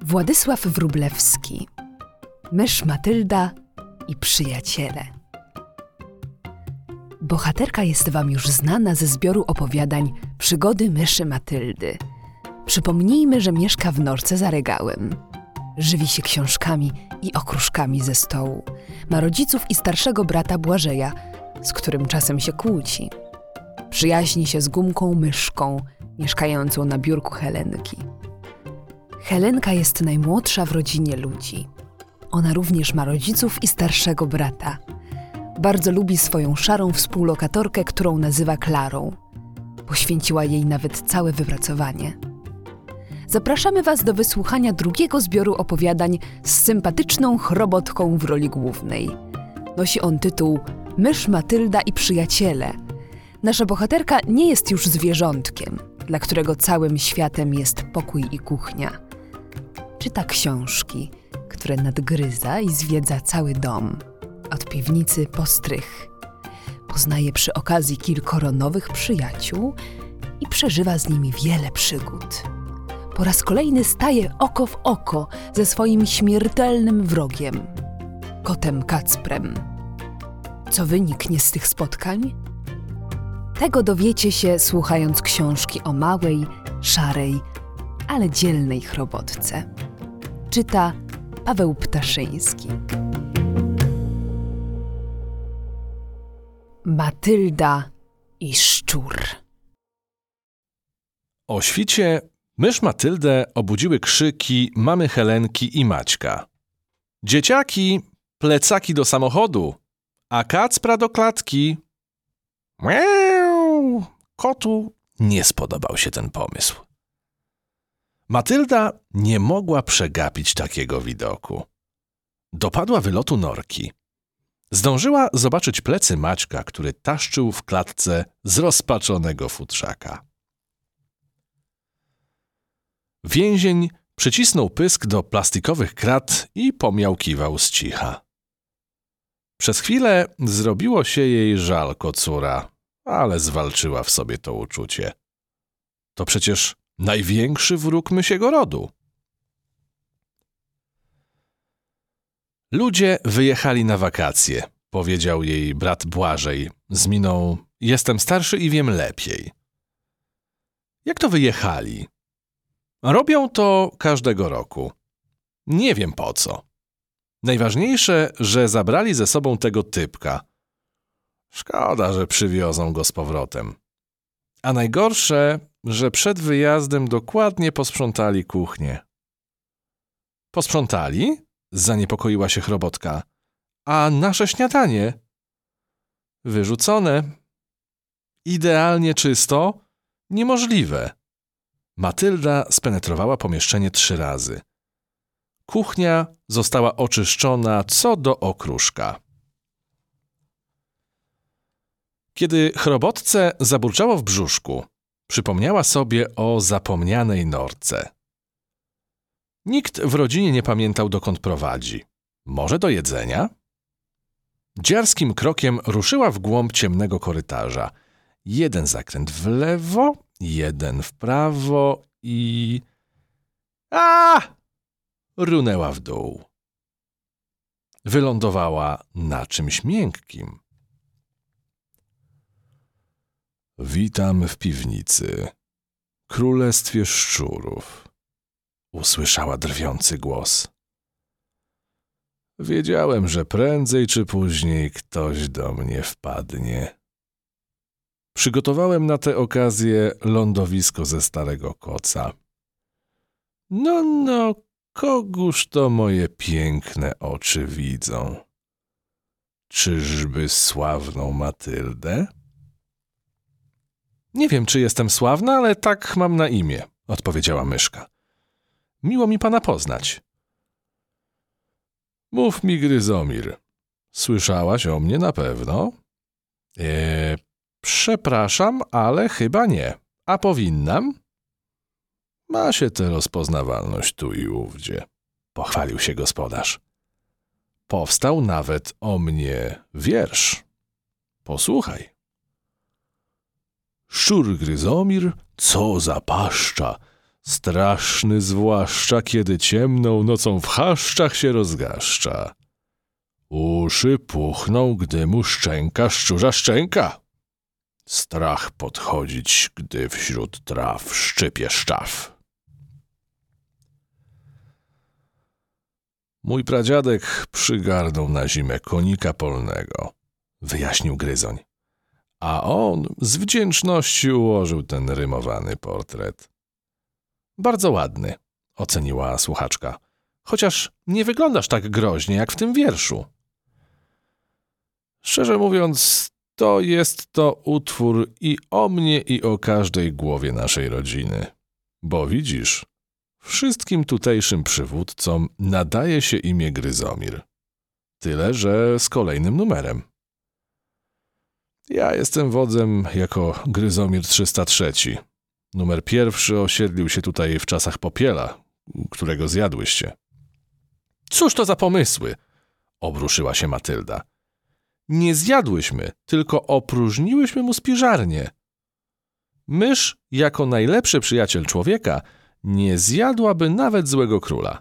Władysław Wróblewski, Mysz Matylda i przyjaciele. Bohaterka jest wam już znana ze zbioru opowiadań Przygody myszy Matyldy. Przypomnijmy, że mieszka w norce za regałem. Żywi się książkami i okruszkami ze stołu. Ma rodziców i starszego brata Błażeja, z którym czasem się kłóci. Przyjaźni się z Gumką Myszką, mieszkającą na biurku Helenki. Helenka jest najmłodsza w rodzinie ludzi. Ona również ma rodziców i starszego brata. Bardzo lubi swoją szarą współlokatorkę, którą nazywa Klarą. Poświęciła jej nawet całe wypracowanie. Zapraszamy was do wysłuchania drugiego zbioru opowiadań z sympatyczną chrobotką w roli głównej. Nosi on tytuł Mysz Matylda i przyjaciele. Nasza bohaterka nie jest już zwierzątkiem, dla którego całym światem jest pokój i kuchnia. Czyta książki, które nadgryza i zwiedza cały dom, od piwnicy po strych. Poznaje przy okazji kilkoro nowych przyjaciół i przeżywa z nimi wiele przygód. Po raz kolejny staje oko w oko ze swoim śmiertelnym wrogiem, kotem Kacprem. Co wyniknie z tych spotkań? Tego dowiecie się, słuchając książki o małej, szarej, ale dzielnej chrobotce. Czyta Paweł Ptaszyński. Matylda i szczur. O świcie mysz Matyldę obudziły krzyki mamy Helenki i Maćka. Dzieciaki, plecaki do samochodu, a Kacpra do klatki. Miau! Kotu nie spodobał się ten pomysł. Matylda nie mogła przegapić takiego widoku. Dopadła wylotu norki. Zdążyła zobaczyć plecy Maćka, który taszczył w klatce zrozpaczonego futrzaka. Więzień przycisnął pysk do plastikowych krat i pomiałkiwał z cicha. Przez chwilę zrobiło się jej żal kocura, ale zwalczyła w sobie to uczucie. To przecież największy wróg mysiego rodu. Ludzie wyjechali na wakacje, powiedział jej brat Błażej z miną jestem starszy i wiem lepiej. Jak to wyjechali? Robią to każdego roku. Nie wiem po co. Najważniejsze, że zabrali ze sobą tego typka. Szkoda, że przywiozą go z powrotem. A najgorsze, że przed wyjazdem dokładnie posprzątali kuchnię. Posprzątali? Zaniepokoiła się chrobotka. A nasze śniadanie? Wyrzucone. Idealnie czysto? Niemożliwe. Matylda spenetrowała pomieszczenie 3 razy. Kuchnia została oczyszczona co do okruszka. Kiedy chrobotce zaburczało w brzuszku, przypomniała sobie o zapomnianej norce. Nikt w rodzinie nie pamiętał, dokąd prowadzi. Może do jedzenia? Dziarskim krokiem ruszyła w głąb ciemnego korytarza. 1 zakręt w lewo, 1 w prawo i... Runęła w dół. Wylądowała na czymś miękkim. Witam w piwnicy, królestwie szczurów, usłyszała drwiący głos. Wiedziałem, że prędzej czy później ktoś do mnie wpadnie. Przygotowałem na tę okazję lądowisko ze starego koca. No, kogóż to moje piękne oczy widzą? Czyżby sławną Matyldę? Nie wiem, czy jestem sławna, ale tak mam na imię, odpowiedziała myszka. Miło mi pana poznać. Mów mi, Gryzomir, słyszałaś o mnie na pewno? Przepraszam, ale chyba nie. A powinnam? Ma się tę rozpoznawalność tu i ówdzie, pochwalił się gospodarz. Powstał nawet o mnie wiersz. Posłuchaj. Szczur Gryzomir, co za paszcza, Straszny zwłaszcza, kiedy ciemną nocą w chaszczach się rozgaszcza. Uszy puchną, gdy mu szczęka szczurza szczęka. Strach podchodzić, gdy wśród traw szczypie szczaw. Mój pradziadek przygarnął na zimę konika polnego, wyjaśnił Gryzoń. A on z wdzięczności ułożył ten rymowany portret. Bardzo ładny, oceniła słuchaczka, chociaż nie wyglądasz tak groźnie jak w tym wierszu. Szczerze mówiąc, to jest to utwór i o mnie, i o każdej głowie naszej rodziny. Bo widzisz, wszystkim tutejszym przywódcom nadaje się imię Gryzomir. Tyle, że z kolejnym numerem. Ja jestem wodzem jako Gryzomir 303. Numer 1 osiedlił się tutaj w czasach Popiela, którego zjadłyście. Cóż to za pomysły? Obruszyła się Matylda. Nie zjadłyśmy, tylko opróżniłyśmy mu spiżarnię. Mysz, jako najlepszy przyjaciel człowieka, nie zjadłaby nawet złego króla.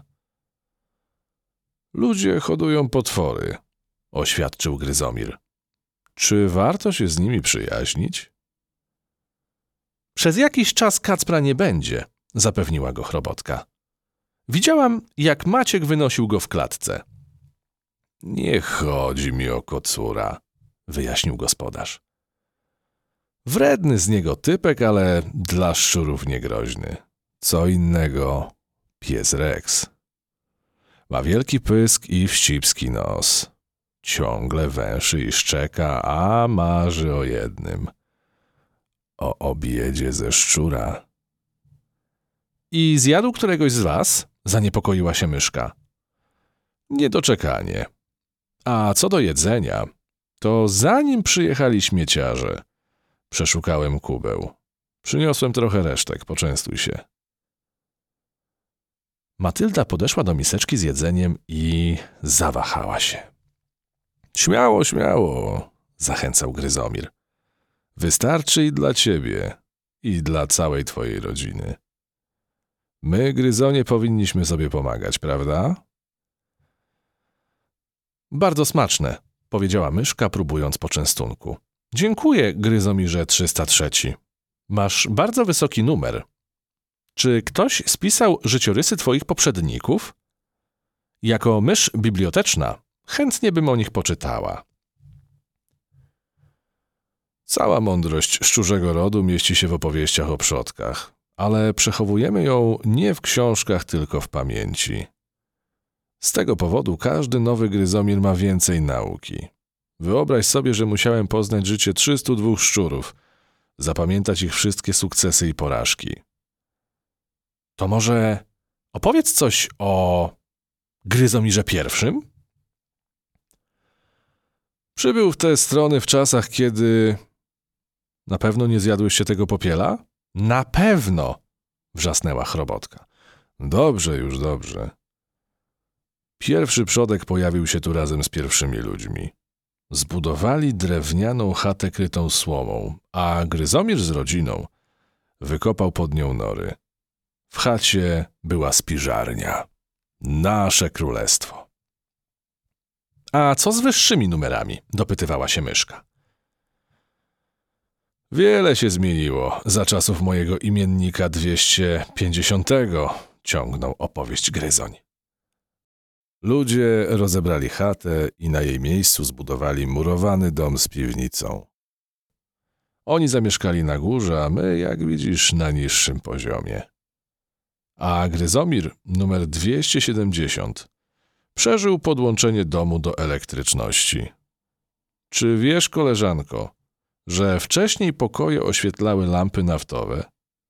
Ludzie hodują potwory, oświadczył Gryzomir. Czy warto się z nimi przyjaźnić? Przez jakiś czas Kacpra nie będzie, zapewniła go Chrobotka. Widziałam, jak Maciek wynosił go w klatce. Nie chodzi mi o kocura, wyjaśnił gospodarz. Wredny z niego typek, ale dla szczurów niegroźny. Co innego pies Rex. Ma wielki pysk i wścibski nos. Ciągle węszy i szczeka, a marzy o jednym. O obiedzie ze szczura. I zjadł któregoś z was? Zaniepokoiła się myszka. Niedoczekanie. A co do jedzenia, to zanim przyjechali śmieciarze, przeszukałem kubeł. Przyniosłem trochę resztek, poczęstuj się. Matylda podeszła do miseczki z jedzeniem i zawahała się. Śmiało, śmiało, zachęcał Gryzomir. Wystarczy i dla ciebie, i dla całej twojej rodziny. My, Gryzonie, powinniśmy sobie pomagać, prawda? Bardzo smaczne, powiedziała myszka, próbując poczęstunku. Dziękuję, Gryzomirze 303. Masz bardzo wysoki numer. Czy ktoś spisał życiorysy twoich poprzedników? Jako mysz biblioteczna chętnie bym o nich poczytała. Cała mądrość szczurzego rodu mieści się w opowieściach o przodkach, ale przechowujemy ją nie w książkach, tylko w pamięci. Z tego powodu każdy nowy Gryzomir ma więcej nauki. Wyobraź sobie, że musiałem poznać życie 302 szczurów, zapamiętać ich wszystkie sukcesy i porażki. To może opowiedz coś o Gryzomirze I? Przybył w te strony w czasach, kiedy... Na pewno nie zjadłyście tego popiela? Na pewno! Wrzasnęła Chrobotka. Dobrze, już dobrze. Pierwszy przodek pojawił się tu razem z pierwszymi ludźmi. Zbudowali drewnianą chatę krytą słomą, a Gryzomir z rodziną wykopał pod nią nory. W chacie była spiżarnia. Nasze królestwo. A co z wyższymi numerami? Dopytywała się myszka. Wiele się zmieniło za czasów mojego imiennika 250, ciągnął opowieść Gryzoń. Ludzie rozebrali chatę i na jej miejscu zbudowali murowany dom z piwnicą. Oni zamieszkali na górze, a my, jak widzisz, na niższym poziomie. A Gryzomir, numer 270, przeżył podłączenie domu do elektryczności. Czy wiesz, koleżanko, że wcześniej pokoje oświetlały lampy naftowe?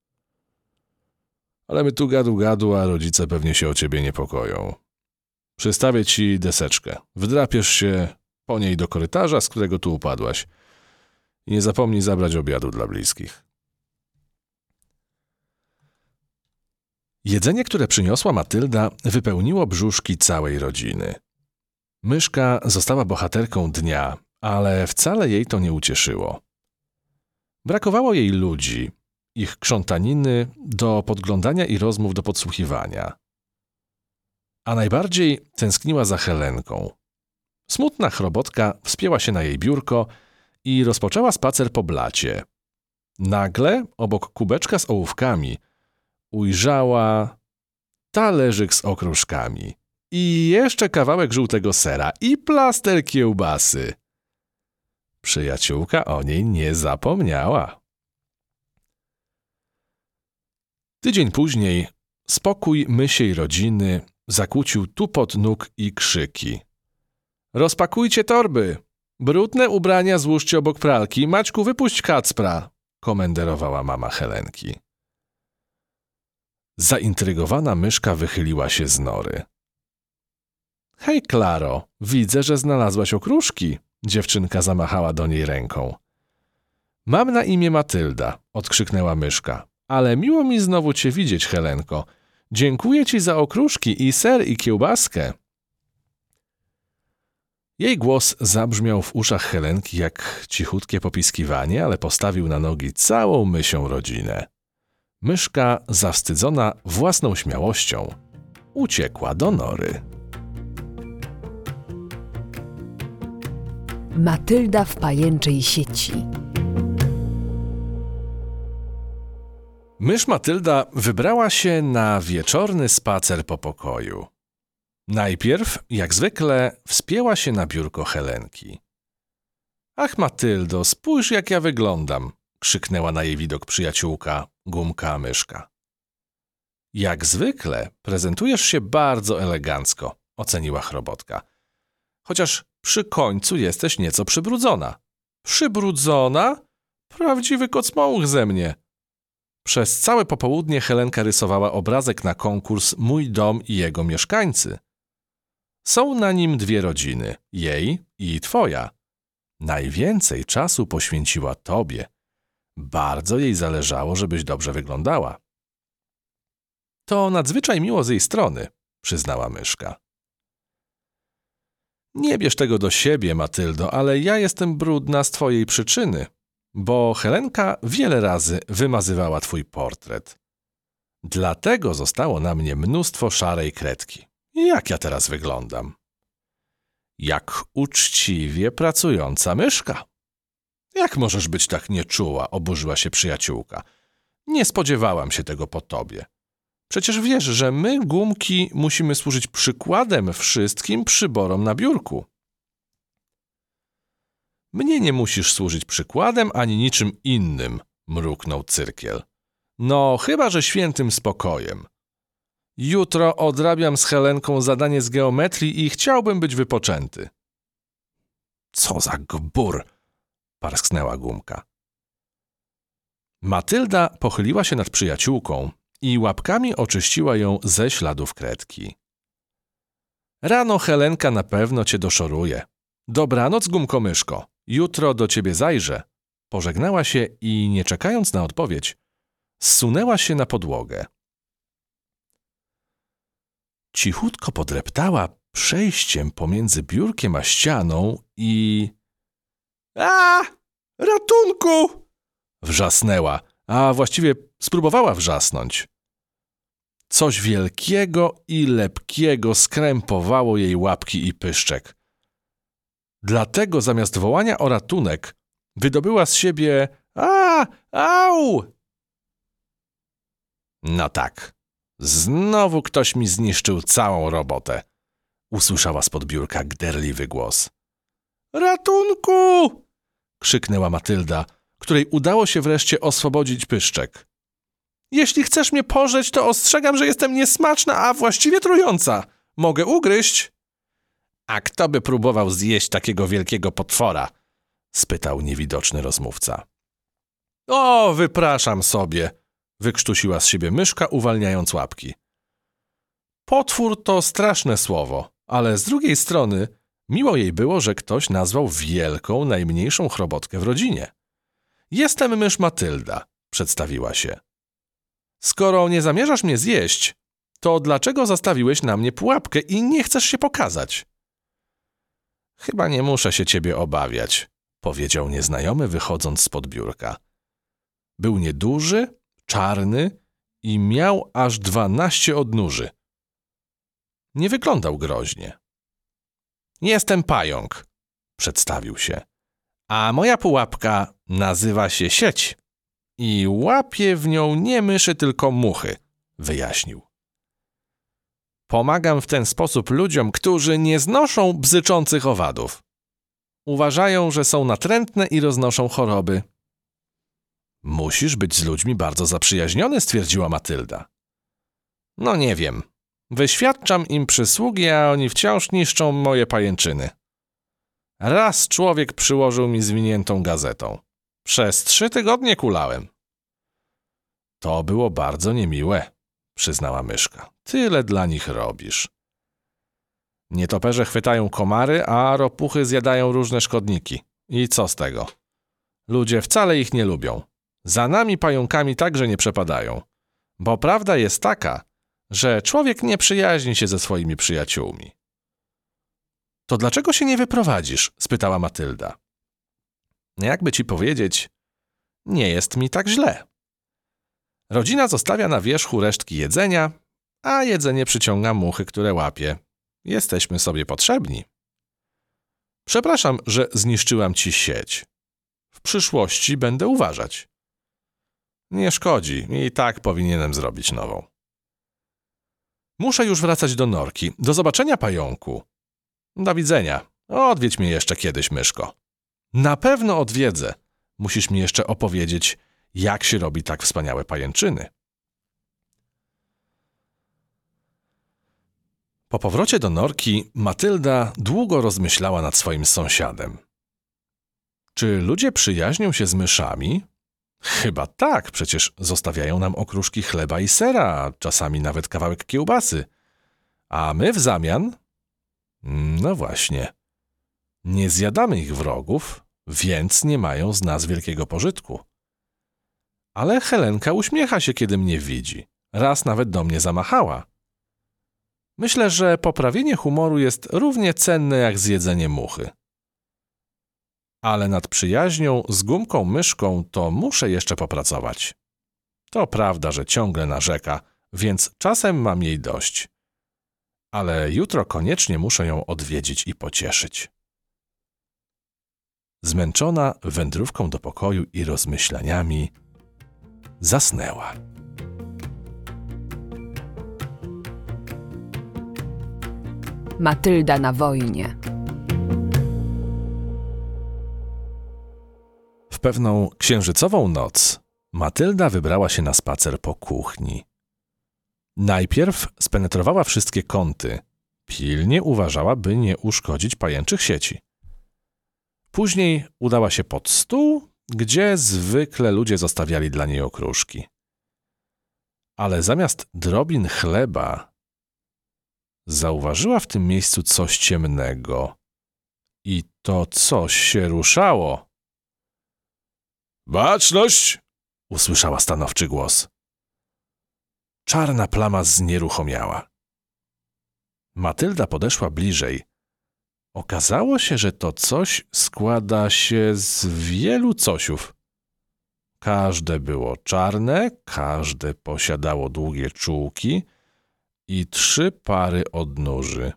Ale my tu gadu, a rodzice pewnie się o ciebie niepokoją. Przystawię ci deseczkę. Wdrapiesz się po niej do korytarza, z którego tu upadłaś. I nie zapomnij zabrać obiadu dla bliskich. Jedzenie, które przyniosła Matylda, wypełniło brzuszki całej rodziny. Myszka została bohaterką dnia, ale wcale jej to nie ucieszyło. Brakowało jej ludzi ich krzątaniny do podglądania i rozmów do podsłuchiwania. A najbardziej tęskniła za Helenką. Smutna chrobotka wspięła się na jej biurko i rozpoczęła spacer po blacie. Nagle, obok kubeczka z ołówkami, ujrzała talerzyk z okruszkami i jeszcze kawałek żółtego sera i plaster kiełbasy. Przyjaciółka o niej nie zapomniała. Tydzień później spokój mysiej rodziny zakłócił tupot nóg i krzyki. Rozpakujcie torby! Brudne ubrania złóżcie obok pralki. Maćku, wypuść Kacpra! Komenderowała mama Helenki. Zaintrygowana myszka wychyliła się z nory. Hej, Klaro, widzę, że znalazłaś okruszki. Dziewczynka zamachała do niej ręką. Mam na imię Matylda, odkrzyknęła myszka. Ale miło mi znowu cię widzieć, Helenko. Dziękuję ci za okruszki i ser i kiełbaskę. Jej głos zabrzmiał w uszach Helenki jak cichutkie popiskiwanie, ale postawił na nogi całą mysią rodzinę. Myszka, zawstydzona własną śmiałością, uciekła do nory. Matylda w pajęczej sieci. Mysz Matylda wybrała się na wieczorny spacer po pokoju. Najpierw, jak zwykle, wspięła się na biurko Helenki. Ach, Matyldo, spójrz, jak ja wyglądam, krzyknęła na jej widok przyjaciółka, Gumka myszka. Jak zwykle prezentujesz się bardzo elegancko, oceniła chrobotka. Chociaż przy końcu jesteś nieco przybrudzona. Przybrudzona? Prawdziwy kocmołuch ze mnie. Przez całe popołudnie Helenka rysowała obrazek na konkurs Mój dom i jego mieszkańcy. Są na nim dwie rodziny, jej i twoja. Najwięcej czasu poświęciła tobie. Bardzo jej zależało, żebyś dobrze wyglądała. To nadzwyczaj miło z jej strony, przyznała myszka. Nie bierz tego do siebie, Matyldo, ale ja jestem brudna z twojej przyczyny, bo Helenka wiele razy wymazywała twój portret. Dlatego zostało na mnie mnóstwo szarej kredki. Jak ja teraz wyglądam? Jak uczciwie pracująca myszka. Jak możesz być tak nieczuła? Oburzyła się przyjaciółka. Nie spodziewałam się tego po tobie. Przecież wiesz, że my, gumki, musimy służyć przykładem wszystkim przyborom na biurku. Mnie nie musisz służyć przykładem ani niczym innym, mruknął Cyrkiel. No, chyba że świętym spokojem. Jutro odrabiam z Helenką zadanie z geometrii i chciałbym być wypoczęty. Co za gbur! Parsknęła Gumka. Matylda pochyliła się nad przyjaciółką i łapkami oczyściła ją ze śladów kredki. Rano Helenka na pewno cię doszoruje. Dobranoc, Gumko-myszko. Jutro do ciebie zajrzę. Pożegnała się i, nie czekając na odpowiedź, zsunęła się na podłogę. Cichutko podreptała przejściem pomiędzy biurkiem a ścianą i... A! Ratunku! Wrzasnęła, a właściwie spróbowała wrzasnąć. Coś wielkiego i lepkiego skrępowało jej łapki i pyszczek. Dlatego zamiast wołania o ratunek wydobyła z siebie a! Au! No tak, znowu ktoś mi zniszczył całą robotę, usłyszała spod biurka gderliwy głos. Ratunku! Krzyknęła Matylda, której udało się wreszcie oswobodzić pyszczek. Jeśli chcesz mnie pożreć, to ostrzegam, że jestem niesmaczna, a właściwie trująca. Mogę ugryźć. A kto by próbował zjeść takiego wielkiego potwora? Spytał niewidoczny rozmówca. O, wypraszam sobie, wykrztusiła z siebie myszka, uwalniając łapki. Potwór to straszne słowo, ale z drugiej strony miło jej było, że ktoś nazwał wielką, najmniejszą chrobotkę w rodzinie. Jestem mysz Matylda, przedstawiła się. Skoro nie zamierzasz mnie zjeść, to dlaczego zastawiłeś na mnie pułapkę i nie chcesz się pokazać? Chyba nie muszę się ciebie obawiać, powiedział nieznajomy, wychodząc spod biurka. Był nieduży, czarny i miał aż 12 odnóży. Nie wyglądał groźnie. Jestem pająk, przedstawił się, a moja pułapka nazywa się sieć i łapię w nią nie myszy, tylko muchy, wyjaśnił. Pomagam w ten sposób ludziom, którzy nie znoszą bzyczących owadów. Uważają, że są natrętne i roznoszą choroby. Musisz być z ludźmi bardzo zaprzyjaźniony, stwierdziła Matylda. No nie wiem. Wyświadczam im przysługi, a oni wciąż niszczą moje pajęczyny. Raz człowiek przyłożył mi zwiniętą gazetą. Przez 3 tygodnie kulałem. To było bardzo niemiłe, przyznała myszka. Tyle dla nich robisz. Nietoperze chwytają komary, a ropuchy zjadają różne szkodniki. I co z tego? Ludzie wcale ich nie lubią. Za nami pająkami także nie przepadają. Bo prawda jest taka, że człowiek nie przyjaźni się ze swoimi przyjaciółmi. To dlaczego się nie wyprowadzisz? Spytała Matylda. Jakby ci powiedzieć, nie jest mi tak źle. Rodzina zostawia na wierzchu resztki jedzenia, a jedzenie przyciąga muchy, które łapie. Jesteśmy sobie potrzebni. Przepraszam, że zniszczyłam ci sieć. W przyszłości będę uważać. Nie szkodzi, i tak powinienem zrobić nową. Muszę już wracać do norki. Do zobaczenia, pająku. Do widzenia. Odwiedź mnie jeszcze kiedyś, myszko. Na pewno odwiedzę. Musisz mi jeszcze opowiedzieć, jak się robi tak wspaniałe pajęczyny. Po powrocie do norki Matylda długo rozmyślała nad swoim sąsiadem. Czy ludzie przyjaźnią się z myszami? Chyba tak, przecież zostawiają nam okruszki chleba i sera, a czasami nawet kawałek kiełbasy. A my w zamian? No właśnie. Nie zjadamy ich wrogów, więc nie mają z nas wielkiego pożytku. Ale Helenka uśmiecha się, kiedy mnie widzi. Raz nawet do mnie zamachała. Myślę, że poprawienie humoru jest równie cenne jak zjedzenie muchy. Ale nad przyjaźnią z Gumką Myszką to muszę jeszcze popracować. To prawda, że ciągle narzeka, więc czasem mam jej dość. Ale jutro koniecznie muszę ją odwiedzić i pocieszyć. Zmęczona wędrówką do pokoju i rozmyślaniami, zasnęła. Matylda na wojnie. W pewną księżycową noc Matylda wybrała się na spacer po kuchni. Najpierw spenetrowała wszystkie kąty. Pilnie uważała, by nie uszkodzić pajęczych sieci. Później udała się pod stół, gdzie zwykle ludzie zostawiali dla niej okruszki. Ale zamiast drobin chleba zauważyła w tym miejscu coś ciemnego. I to coś się ruszało. Baczność! Usłyszała stanowczy głos. Czarna plama znieruchomiała. Matylda podeszła bliżej. Okazało się, że to coś składa się z wielu cosiów. Każde było czarne, każde posiadało długie czułki i 3 pary odnóży.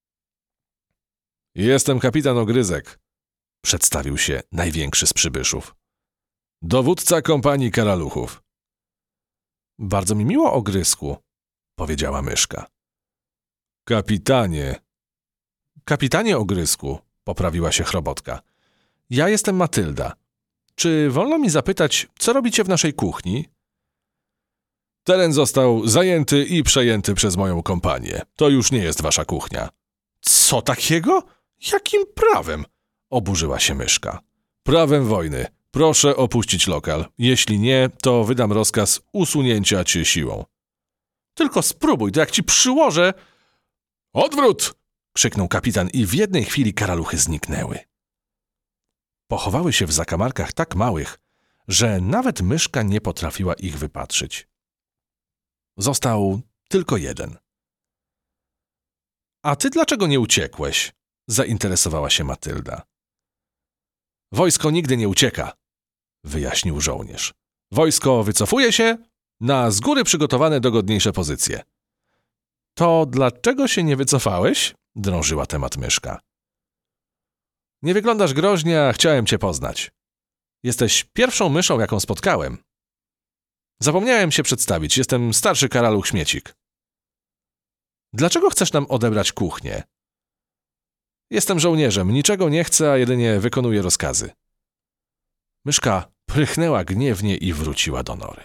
Jestem kapitan Ogryzek, przedstawił się największy z przybyszów. Dowódca kompanii karaluchów. Bardzo mi miło, Ogryzku, powiedziała myszka. Kapitanie Ogryzku, poprawiła się chrobotka. Ja jestem Matylda. Czy wolno mi zapytać, co robicie w naszej kuchni? Teren został zajęty i przejęty przez moją kompanię. To już nie jest wasza kuchnia. Co takiego? Jakim prawem? Oburzyła się myszka. Prawem wojny. Proszę opuścić lokal. Jeśli nie, to wydam rozkaz usunięcia cię siłą. Tylko spróbuj, to jak ci przyłożę... Odwrót! Krzyknął kapitan i w jednej chwili karaluchy zniknęły. Pochowały się w zakamarkach tak małych, że nawet myszka nie potrafiła ich wypatrzyć. Został tylko jeden. A ty dlaczego nie uciekłeś? Zainteresowała się Matylda. Wojsko nigdy nie ucieka, wyjaśnił żołnierz. Wojsko wycofuje się Na z góry przygotowane dogodniejsze pozycje. To dlaczego się nie wycofałeś? Drążyła temat myszka. Nie wyglądasz groźnie, a chciałem cię poznać. Jesteś pierwszą myszą, jaką spotkałem. Zapomniałem się przedstawić, jestem starszy karaluch Śmiecik. Dlaczego chcesz nam odebrać kuchnię? Jestem żołnierzem, niczego nie chcę, a jedynie wykonuję rozkazy. Myszka prychnęła gniewnie i wróciła do nory.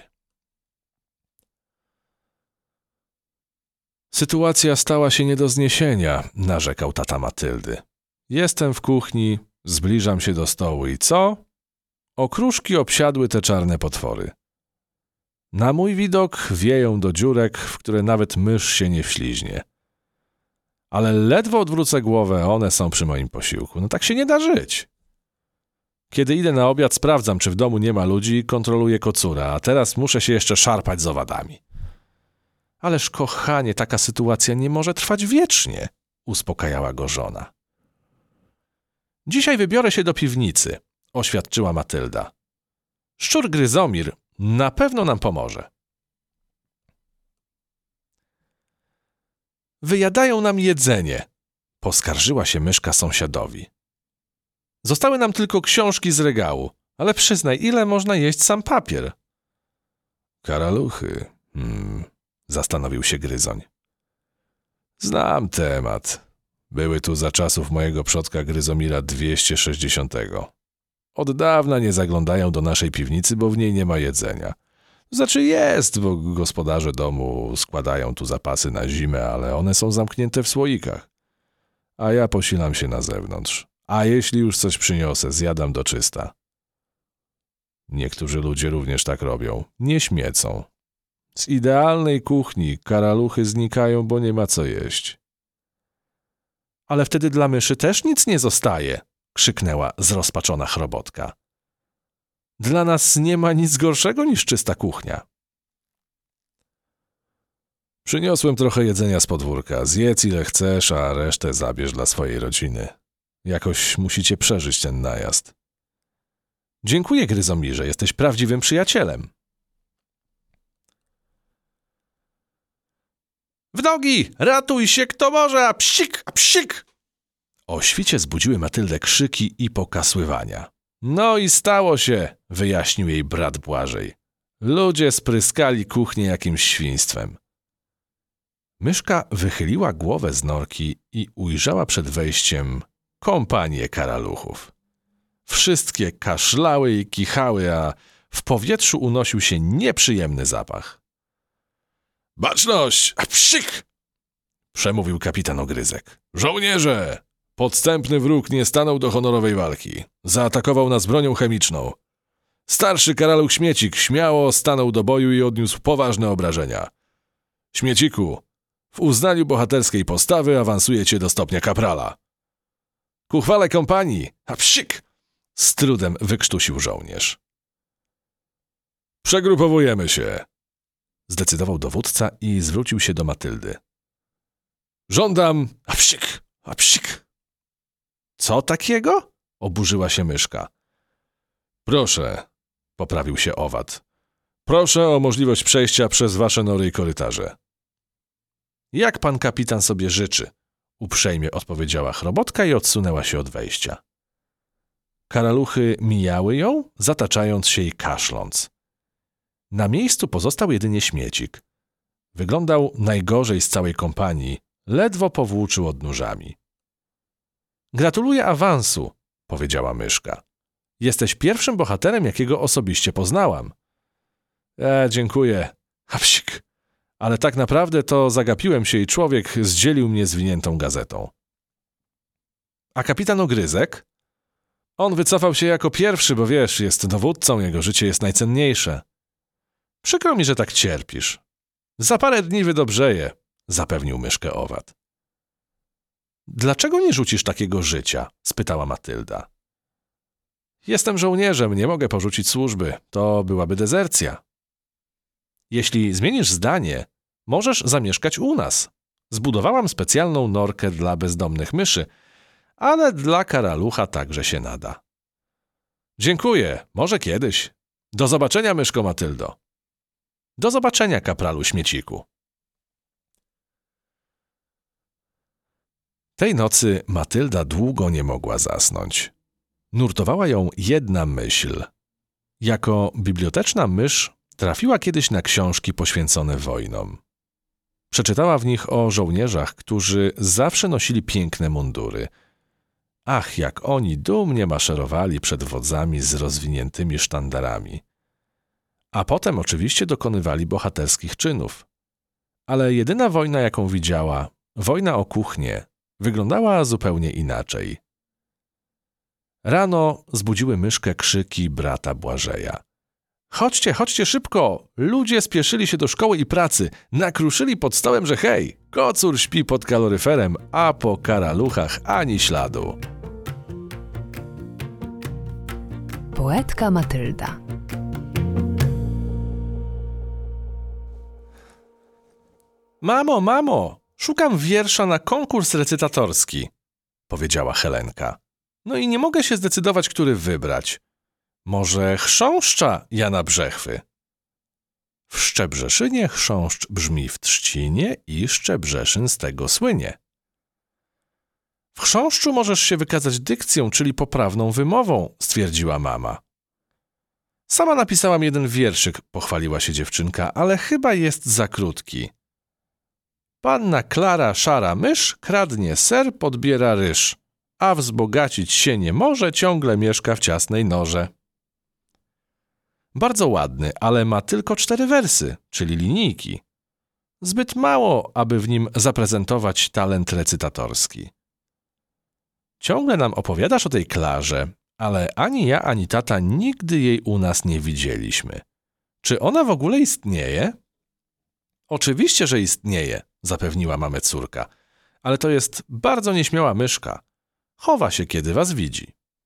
Sytuacja stała się nie do zniesienia, narzekał tata Matyldy. Jestem w kuchni, zbliżam się do stołu i co? Okruszki obsiadły te czarne potwory. Na mój widok wieją do dziurek, w które nawet mysz się nie wśliźnie. Ale ledwo odwrócę głowę, one są przy moim posiłku. No tak się nie da żyć. Kiedy idę na obiad, sprawdzam, czy w domu nie ma ludzi i kontroluję kocura, a teraz muszę się jeszcze szarpać z owadami. Ależ kochanie, taka sytuacja nie może trwać wiecznie, uspokajała go żona. Dzisiaj wybiorę się do piwnicy, oświadczyła Matylda. Szczur Gryzomir na pewno nam pomoże. Wyjadają nam jedzenie, poskarżyła się myszka sąsiadowi. Zostały nam tylko książki z regału, ale przyznaj, ile można jeść sam papier? Karaluchy, zastanowił się Gryzoń. Znam temat. Były tu za czasów mojego przodka Gryzomira 260. Od dawna nie zaglądają do naszej piwnicy, bo w niej nie ma jedzenia. Znaczy jest, bo gospodarze domu składają tu zapasy na zimę, ale one są zamknięte w słoikach. A ja posilam się na zewnątrz. A jeśli już coś przyniosę, zjadam do czysta. Niektórzy ludzie również tak robią. Nie śmiecą. Z idealnej kuchni karaluchy znikają, bo nie ma co jeść. Ale wtedy dla myszy też nic nie zostaje, krzyknęła zrozpaczona chrobotka. Dla nas nie ma nic gorszego niż czysta kuchnia. Przyniosłem trochę jedzenia z podwórka. Zjedz ile chcesz, a resztę zabierz dla swojej rodziny. Jakoś musicie przeżyć ten najazd. Dziękuję, Gryzomirze, jesteś prawdziwym przyjacielem. W nogi! Ratuj się, kto może! A psik! A psik! O świcie zbudziły Matyldę krzyki i pokasływania. No i stało się, wyjaśnił jej brat Błażej. Ludzie spryskali kuchnię jakimś świństwem. Myszka wychyliła głowę z norki i ujrzała przed wejściem kompanię karaluchów. Wszystkie kaszlały i kichały, a w powietrzu unosił się nieprzyjemny zapach. Baczność! A psik! Przemówił kapitan Ogryzek. Żołnierze! Podstępny wróg nie stanął do honorowej walki. Zaatakował nas bronią chemiczną. Starszy karaluch Śmiecik śmiało stanął do boju i odniósł poważne obrażenia. Śmieciku, w uznaniu bohaterskiej postawy awansuje cię do stopnia kaprala. Ku chwale kompanii! A psik! Z trudem wykrztusił żołnierz. Przegrupowujemy się, zdecydował dowódca i zwrócił się do Matyldy. Żądam... A psik! A psik! Co takiego? Oburzyła się myszka. Proszę, poprawił się owad. Proszę o możliwość przejścia przez wasze nory i korytarze. Jak pan kapitan sobie życzy? Uprzejmie odpowiedziała chrobotka i odsunęła się od wejścia. Karaluchy mijały ją, zataczając się i kaszląc. Na miejscu pozostał jedynie Śmiecik. Wyglądał najgorzej z całej kompanii, ledwo powłóczył odnóżami. Gratuluję awansu, powiedziała myszka. Jesteś pierwszym bohaterem, jakiego osobiście poznałam. Dziękuję. A psik. Ale tak naprawdę to zagapiłem się i człowiek zdzielił mnie zwiniętą gazetą. A kapitan Ogryzek? On wycofał się jako pierwszy, bo wiesz, jest dowódcą, jego życie jest najcenniejsze. Przykro mi, że tak cierpisz. Za parę dni wydobrzeje, zapewnił myszkę owad. Dlaczego nie rzucisz takiego życia? Spytała Matylda. Jestem żołnierzem, nie mogę porzucić służby. To byłaby dezercja. Jeśli zmienisz zdanie, możesz zamieszkać u nas. Zbudowałam specjalną norkę dla bezdomnych myszy, ale dla karalucha także się nada. Dziękuję, może kiedyś. Do zobaczenia, myszko Matyldo. Do zobaczenia, kapralu śmieciku. Tej nocy Matylda długo nie mogła zasnąć. Nurtowała ją jedna myśl. Jako biblioteczna mysz trafiła kiedyś na książki poświęcone wojnom. Przeczytała w nich o żołnierzach, którzy zawsze nosili piękne mundury. Ach, jak oni dumnie maszerowali przed wodzami z rozwiniętymi sztandarami. A potem oczywiście dokonywali bohaterskich czynów. Ale jedyna wojna, jaką widziała, wojna o kuchnię, wyglądała zupełnie inaczej. Rano zbudziły myszkę krzyki brata Błażeja. Chodźcie, chodźcie szybko! Ludzie spieszyli się do szkoły i pracy, nakruszyli pod stołem, że hej, kocur śpi pod kaloryferem, a po karaluchach ani śladu. Poetka Matylda. Mamo, szukam wiersza na konkurs recytatorski, powiedziała Helenka. No i nie mogę się zdecydować, który wybrać. Może chrząszcza Jana Brzechwy? W Szczebrzeszynie chrząszcz brzmi w trzcinie i Szczebrzeszyn z tego słynie. W chrząszczu możesz się wykazać dykcją, czyli poprawną wymową, stwierdziła mama. Sama napisałam jeden wierszyk, pochwaliła się dziewczynka, ale chyba jest za krótki. Panna Klara szara mysz, kradnie ser, podbiera ryż, a wzbogacić się nie może, ciągle mieszka w ciasnej norze. Bardzo ładny, ale ma tylko 4 wersy, czyli linijki. Zbyt mało, aby w nim zaprezentować talent recytatorski. Ciągle nam opowiadasz o tej Klarze, ale ani ja, ani tata nigdy jej u nas nie widzieliśmy. Czy ona w ogóle istnieje? Oczywiście, że istnieje, zapewniła mamę córka, ale to jest bardzo nieśmiała myszka. Chowa się, kiedy was widzi.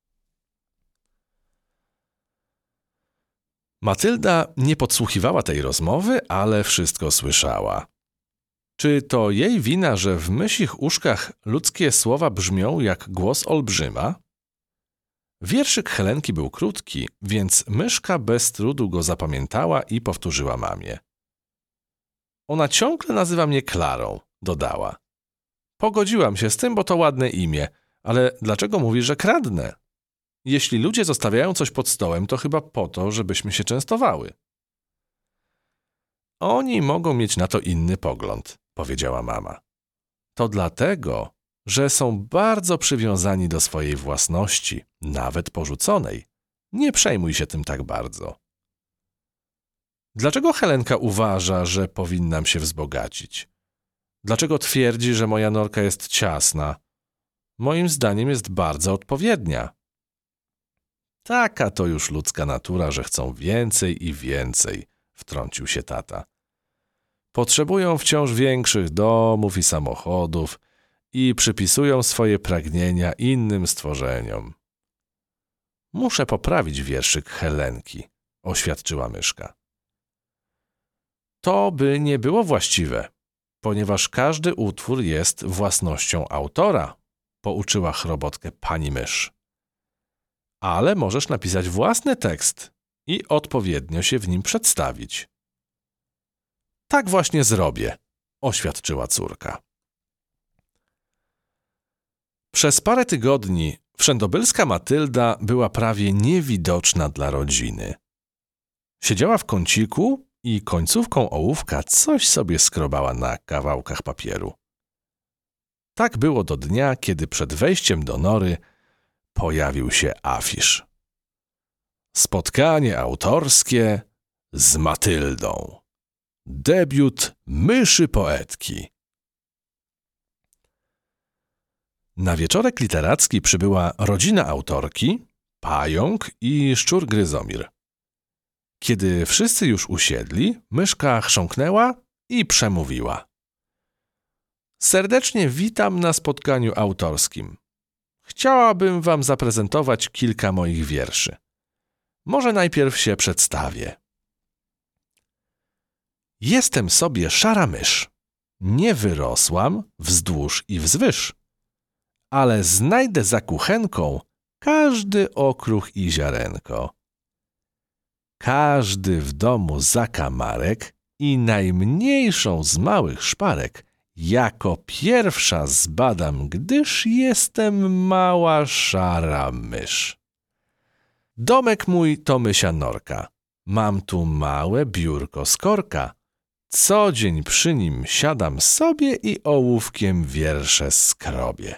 Matylda nie podsłuchiwała tej rozmowy, ale wszystko słyszała. Czy to jej wina, że w mysich uszkach ludzkie słowa brzmią jak głos olbrzyma? Wierszyk Helenki był krótki, więc myszka bez trudu go zapamiętała i powtórzyła mamie. Ona ciągle nazywa mnie Klarą, dodała. Pogodziłam się z tym, bo to ładne imię, ale dlaczego mówisz, że kradnę? Jeśli ludzie zostawiają coś pod stołem, to chyba po to, żebyśmy się częstowały. Oni mogą mieć na to inny pogląd, powiedziała mama. To dlatego, że są bardzo przywiązani do swojej własności, nawet porzuconej. Nie przejmuj się tym tak bardzo. Dlaczego Helenka uważa, że powinnam się wzbogacić? Dlaczego twierdzi, że moja norka jest ciasna? Moim zdaniem jest bardzo odpowiednia. Taka to już ludzka natura, że chcą więcej i więcej, wtrącił się tata. Potrzebują wciąż większych domów i samochodów i przypisują swoje pragnienia innym stworzeniom. Muszę poprawić wierszyk Helenki, oświadczyła myszka. To by nie było właściwe, ponieważ każdy utwór jest własnością autora, pouczyła chrobotkę pani mysz. Ale możesz napisać własny tekst i odpowiednio się w nim przedstawić. Tak właśnie zrobię, oświadczyła córka. Przez parę tygodni wszędobylska Matylda była prawie niewidoczna dla rodziny. Siedziała w kąciku i końcówką ołówka coś sobie skrobała na kawałkach papieru. Tak było do dnia, kiedy przed wejściem do nory pojawił się afisz. Spotkanie autorskie z Matyldą. Debiut myszy poetki. Na wieczorek literacki przybyła rodzina autorki, pająk i szczur Gryzomir. Kiedy wszyscy już usiedli, myszka chrząknęła i przemówiła. Serdecznie witam na spotkaniu autorskim. Chciałabym wam zaprezentować kilka moich wierszy. Może najpierw się przedstawię. Jestem sobie szara mysz. Nie wyrosłam wzdłuż i wzwyż. Ale znajdę za kuchenką każdy okruch i ziarenko. Każdy w domu zakamarek i najmniejszą z małych szparek jako pierwsza zbadam, gdyż jestem mała szara mysz. Domek mój to mysia norka. Mam tu małe biurko z korka. Co dzień przy nim siadam sobie i ołówkiem wiersze skrobię.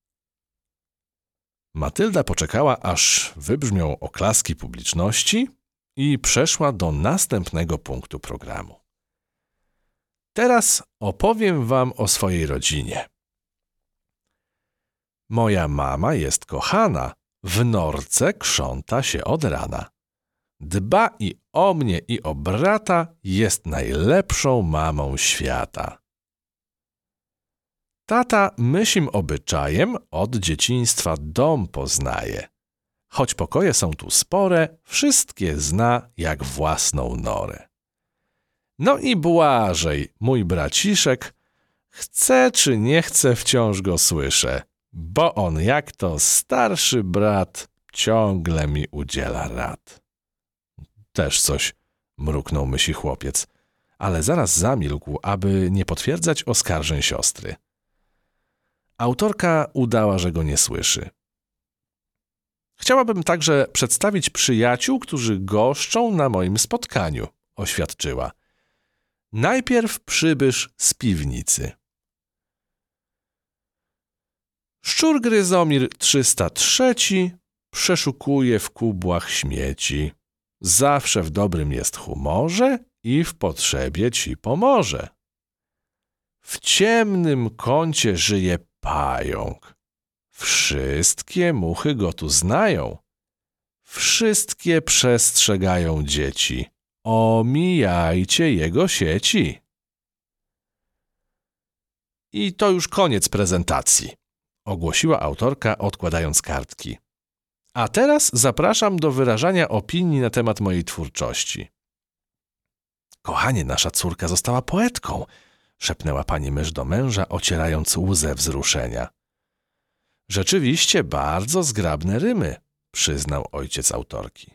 Matylda poczekała, aż wybrzmią oklaski publiczności i przeszła do następnego punktu programu. Teraz opowiem wam o swojej rodzinie. Moja mama jest kochana, w norce krząta się od rana. Dba i o mnie i o brata, jest najlepszą mamą świata. Tata mysim obyczajem od dzieciństwa dom poznaje. Choć pokoje są tu spore, wszystkie zna jak własną norę. No i Błażej, mój braciszek, chce czy nie chce, wciąż go słyszę, bo on jak to starszy brat ciągle mi udziela rad. Też coś, mruknął mysi chłopiec, ale zaraz zamilkł, aby nie potwierdzać oskarżeń siostry. Autorka udała, że go nie słyszy. Chciałabym także przedstawić przyjaciół, którzy goszczą na moim spotkaniu, oświadczyła. Najpierw przybysz z piwnicy. Szczur Gryzomir 303 przeszukuje w kubłach śmieci. Zawsze w dobrym jest humorze i w potrzebie ci pomoże. W ciemnym kącie żyje pająk. Wszystkie muchy go tu znają. Wszystkie przestrzegają dzieci. Omijajcie jego sieci. I to już koniec prezentacji, ogłosiła autorka, odkładając kartki. A teraz zapraszam do wyrażania opinii na temat mojej twórczości. Kochanie, nasza córka została poetką, szepnęła pani mysz do męża, ocierając łzę wzruszenia. Rzeczywiście bardzo zgrabne rymy, przyznał ojciec autorki.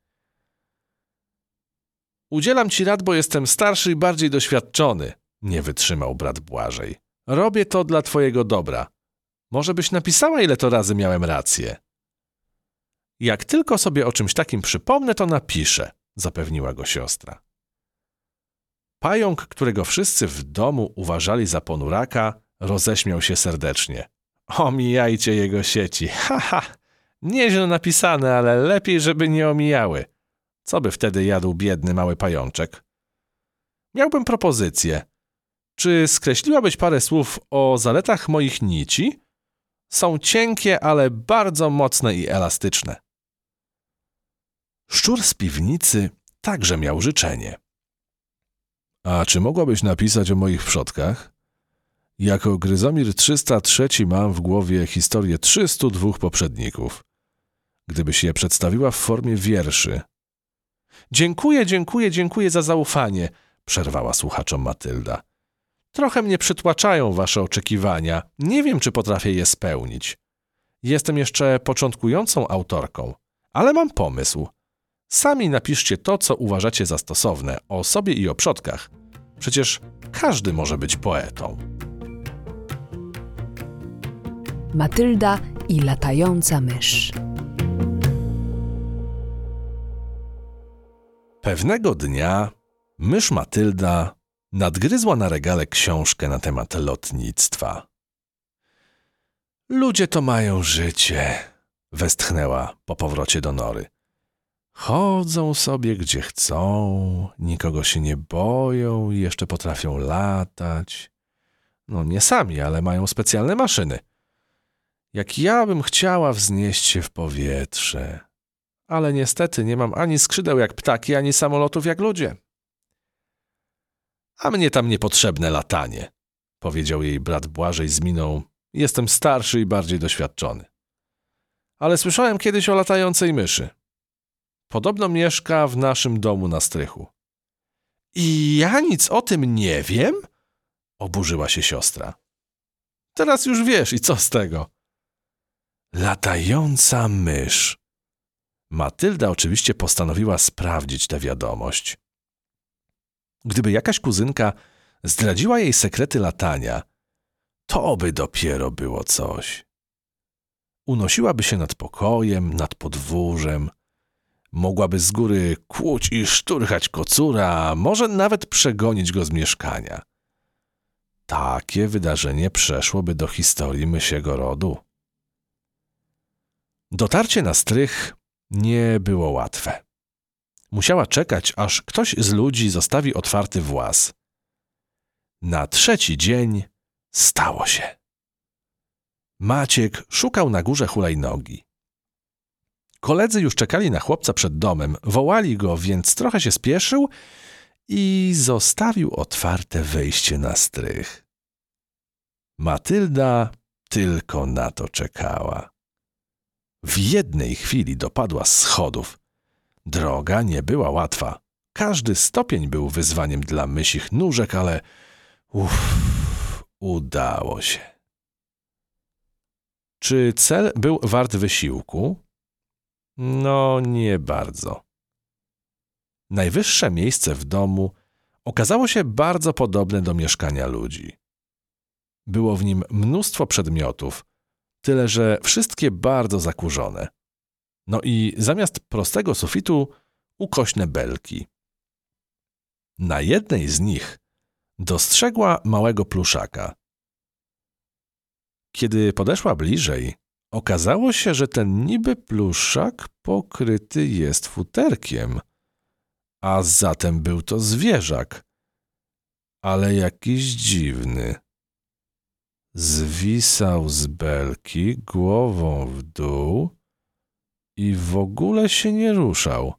Udzielam ci rad, bo jestem starszy i bardziej doświadczony, nie wytrzymał brat Błażej. Robię to dla twojego dobra. Może byś napisała, ile to razy miałem rację. Jak tylko sobie o czymś takim przypomnę, to napiszę, zapewniła go siostra. Pająk, którego wszyscy w domu uważali za ponuraka, roześmiał się serdecznie. Omijajcie jego sieci. Haha, nieźle napisane, ale lepiej, żeby nie omijały. Co by wtedy jadł biedny mały pajączek? Miałbym propozycję. Czy skreśliłabyś parę słów o zaletach moich nici? Są cienkie, ale bardzo mocne i elastyczne. Szczur z piwnicy także miał życzenie. A czy mogłabyś napisać o moich przodkach? Jako Gryzomir 303 mam w głowie historię 302 poprzedników. Gdybyś je przedstawiła w formie wierszy. Dziękuję za zaufanie, przerwała słuchaczom Matylda. Trochę mnie przytłaczają wasze oczekiwania. Nie wiem, czy potrafię je spełnić. Jestem jeszcze początkującą autorką, ale mam pomysł. Sami napiszcie to, co uważacie za stosowne, o sobie i o przodkach. Przecież każdy może być poetą. Matylda i latająca mysz. Pewnego dnia mysz Matylda nadgryzła na regale książkę na temat lotnictwa. Ludzie to mają życie, westchnęła po powrocie do nory. Chodzą sobie gdzie chcą, nikogo się nie boją i jeszcze potrafią latać. No nie sami, ale mają specjalne maszyny. Jak ja bym chciała wznieść się w powietrze, ale niestety nie mam ani skrzydeł jak ptaki, ani samolotów jak ludzie. A mnie tam niepotrzebne latanie, powiedział jej brat Błażej z miną. Jestem starszy i bardziej doświadczony. Ale słyszałem kiedyś o latającej myszy. Podobno mieszka w naszym domu na strychu. I ja nic o tym nie wiem? Oburzyła się siostra. Teraz już wiesz i co z tego? Latająca mysz. Matylda oczywiście postanowiła sprawdzić tę wiadomość. Gdyby jakaś kuzynka zdradziła jej sekrety latania, to by dopiero było coś. Unosiłaby się nad pokojem, nad podwórzem, mogłaby z góry kłuć i szturchać kocura, może nawet przegonić go z mieszkania. Takie wydarzenie przeszłoby do historii mysiego rodu. Dotarcie na strych nie było łatwe. Musiała czekać, aż ktoś z ludzi zostawi otwarty włas. Na 3. dzień stało się. Maciek szukał na górze hulajnogi. Koledzy już czekali na chłopca przed domem, wołali go, więc trochę się spieszył i zostawił otwarte wejście na strych. Matylda tylko na to czekała. W jednej chwili dopadła z schodów. Droga nie była łatwa. Każdy stopień był wyzwaniem dla mysich nóżek, ale udało się. Czy cel był wart wysiłku? No, nie bardzo. Najwyższe miejsce w domu okazało się bardzo podobne do mieszkania ludzi. Było w nim mnóstwo przedmiotów, tyle że wszystkie bardzo zakurzone. No i zamiast prostego sufitu ukośne belki. Na jednej z nich dostrzegła małego pluszaka. Kiedy podeszła bliżej, okazało się, że ten niby pluszak pokryty jest futerkiem, a zatem był to zwierzak, ale jakiś dziwny. Zwisał z belki głową w dół i w ogóle się nie ruszał.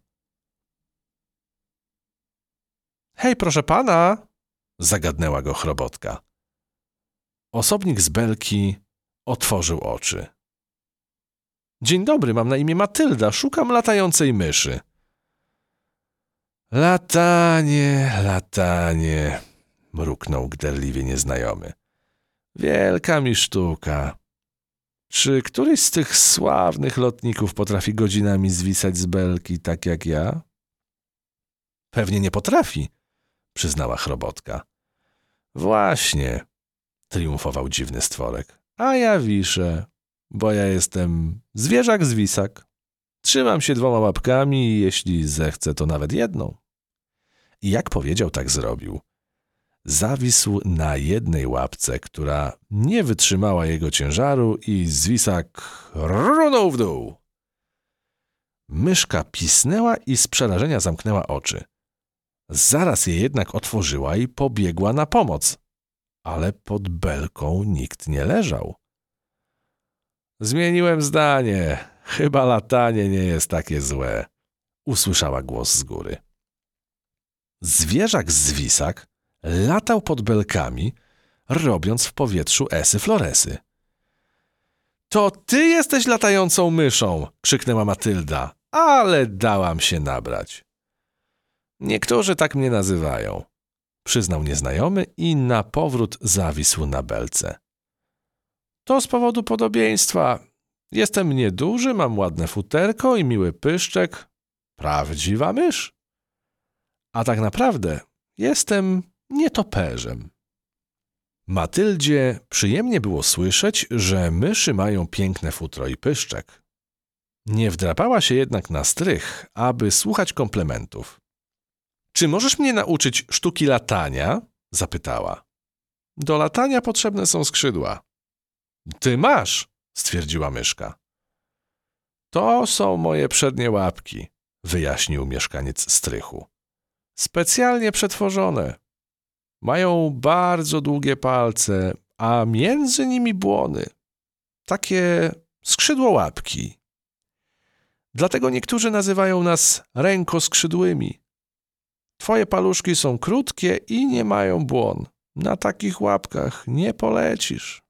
Hej, proszę pana! Zagadnęła go chrobotka. Osobnik z belki otworzył oczy. Dzień dobry, mam na imię Matylda, szukam latającej myszy. Latanie, mruknął gderliwie nieznajomy. Wielka mi sztuka. Czy któryś z tych sławnych lotników potrafi godzinami zwisać z belki tak jak ja? Pewnie nie potrafi, przyznała chrobotka. Właśnie, triumfował dziwny stworek. A ja wiszę, bo ja jestem zwierzak-zwisak. Trzymam się 2 łapkami i jeśli zechcę, to nawet 1. I jak powiedział, tak zrobił. Zawisł na jednej łapce, która nie wytrzymała jego ciężaru i zwisak runął w dół. Myszka pisnęła i z przerażenia zamknęła oczy. Zaraz je jednak otworzyła i pobiegła na pomoc, ale pod belką nikt nie leżał. Zmieniłem zdanie. Chyba latanie nie jest takie złe, usłyszała głos z góry. Zwierzak-zwisak latał pod belkami, robiąc w powietrzu esy floresy. To ty jesteś latającą myszą, krzyknęła Matylda, ale dałam się nabrać. Niektórzy tak mnie nazywają, przyznał nieznajomy i na powrót zawisł na belce. To z powodu podobieństwa. Jestem nieduży, mam ładne futerko i miły pyszczek. Prawdziwa mysz. A tak naprawdę jestem nietoperzem. Matyldzie przyjemnie było słyszeć, że myszy mają piękne futro i pyszczek. Nie wdrapała się jednak na strych, aby słuchać komplementów. Czy możesz mnie nauczyć sztuki latania? Zapytała. Do latania potrzebne są skrzydła. Ty masz, stwierdziła myszka. To są moje przednie łapki, wyjaśnił mieszkaniec strychu. Specjalnie przetworzone. Mają bardzo długie palce, a między nimi błony. Takie skrzydłołapki. Dlatego niektórzy nazywają nas rękoskrzydłymi. Twoje paluszki są krótkie i nie mają błon. Na takich łapkach nie polecisz.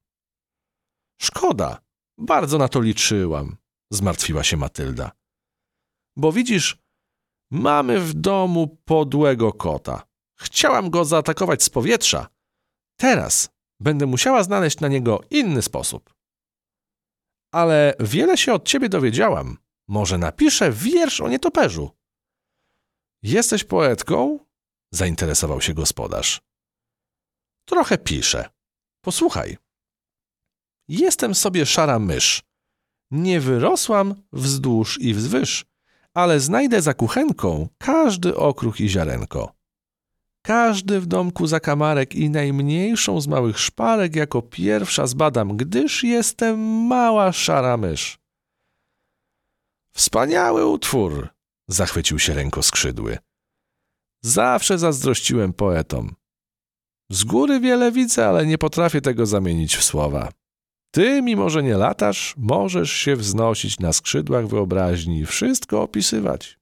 Szkoda, bardzo na to liczyłam, zmartwiła się Matylda. Bo widzisz, mamy w domu podłego kota. Chciałam go zaatakować z powietrza. Teraz będę musiała znaleźć na niego inny sposób. Ale wiele się od ciebie dowiedziałam. Może napiszę wiersz o nietoperzu. Jesteś poetką? Zainteresował się gospodarz. Trochę piszę. Posłuchaj. Jestem sobie szara mysz. Nie wyrosłam wzdłuż i wzwyż, ale znajdę za kuchenką każdy okruch i ziarenko. Każdy w domku zakamarek i najmniejszą z małych szparek jako pierwsza zbadam, gdyż jestem mała szara mysz. Wspaniały utwór, zachwycił się rękoskrzydły. Zawsze zazdrościłem poetom. Z góry wiele widzę, ale nie potrafię tego zamienić w słowa. Ty, mimo że nie latasz, możesz się wznosić na skrzydłach wyobraźni i wszystko opisywać.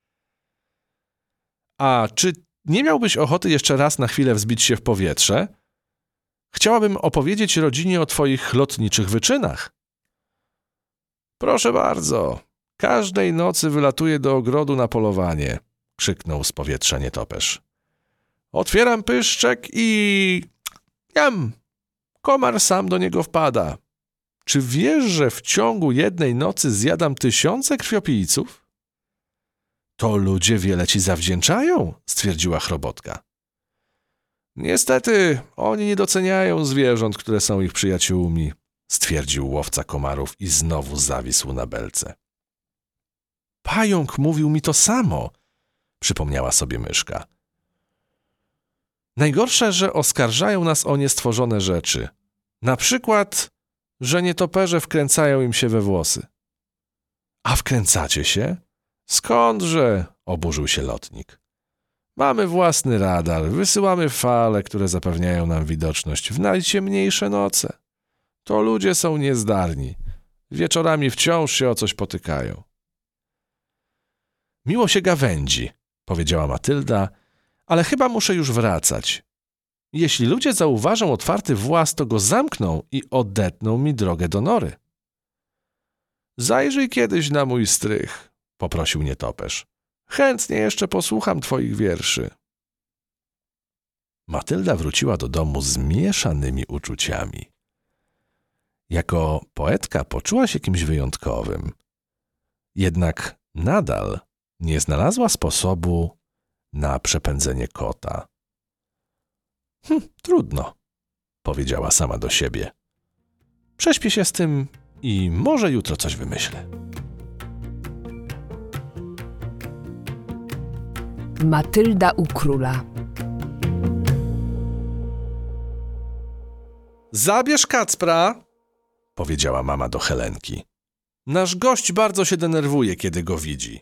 A czy nie miałbyś ochoty jeszcze raz na chwilę wzbić się w powietrze? Chciałabym opowiedzieć rodzinie o twoich lotniczych wyczynach. Proszę bardzo, każdej nocy wylatuję do ogrodu na polowanie, krzyknął z powietrza nietoperz. Otwieram pyszczek i... jam! Komar sam do niego wpada. Czy wiesz, że w ciągu jednej nocy zjadam 1000 krwiopijców? To ludzie wiele ci zawdzięczają, stwierdziła chrobotka. Niestety, oni nie doceniają zwierząt, które są ich przyjaciółmi, stwierdził łowca komarów i znowu zawisł na belce. Pająk mówił mi to samo, przypomniała sobie myszka. Najgorsze, że oskarżają nas o niestworzone rzeczy. Na przykład, że nietoperze wkręcają im się we włosy. A wkręcacie się? Skądże? Oburzył się lotnik. Mamy własny radar, wysyłamy fale, które zapewniają nam widoczność w najciemniejsze noce. To ludzie są niezdarni. Wieczorami wciąż się o coś potykają. Miło się gawędzi, powiedziała Matylda, ale chyba muszę już wracać. Jeśli ludzie zauważą otwarty włas, to go zamkną i odetną mi drogę do nory. Zajrzyj kiedyś na mój strych, poprosił nietoperz. Chętnie jeszcze posłucham twoich wierszy. Matylda wróciła do domu z mieszanymi uczuciami. Jako poetka poczuła się kimś wyjątkowym. Jednak nadal nie znalazła sposobu na przepędzenie kota. Trudno, powiedziała sama do siebie. Prześpię się z tym i może jutro coś wymyślę. Matylda u króla. Zabierz Kacpra, powiedziała mama do Helenki. Nasz gość bardzo się denerwuje, kiedy go widzi.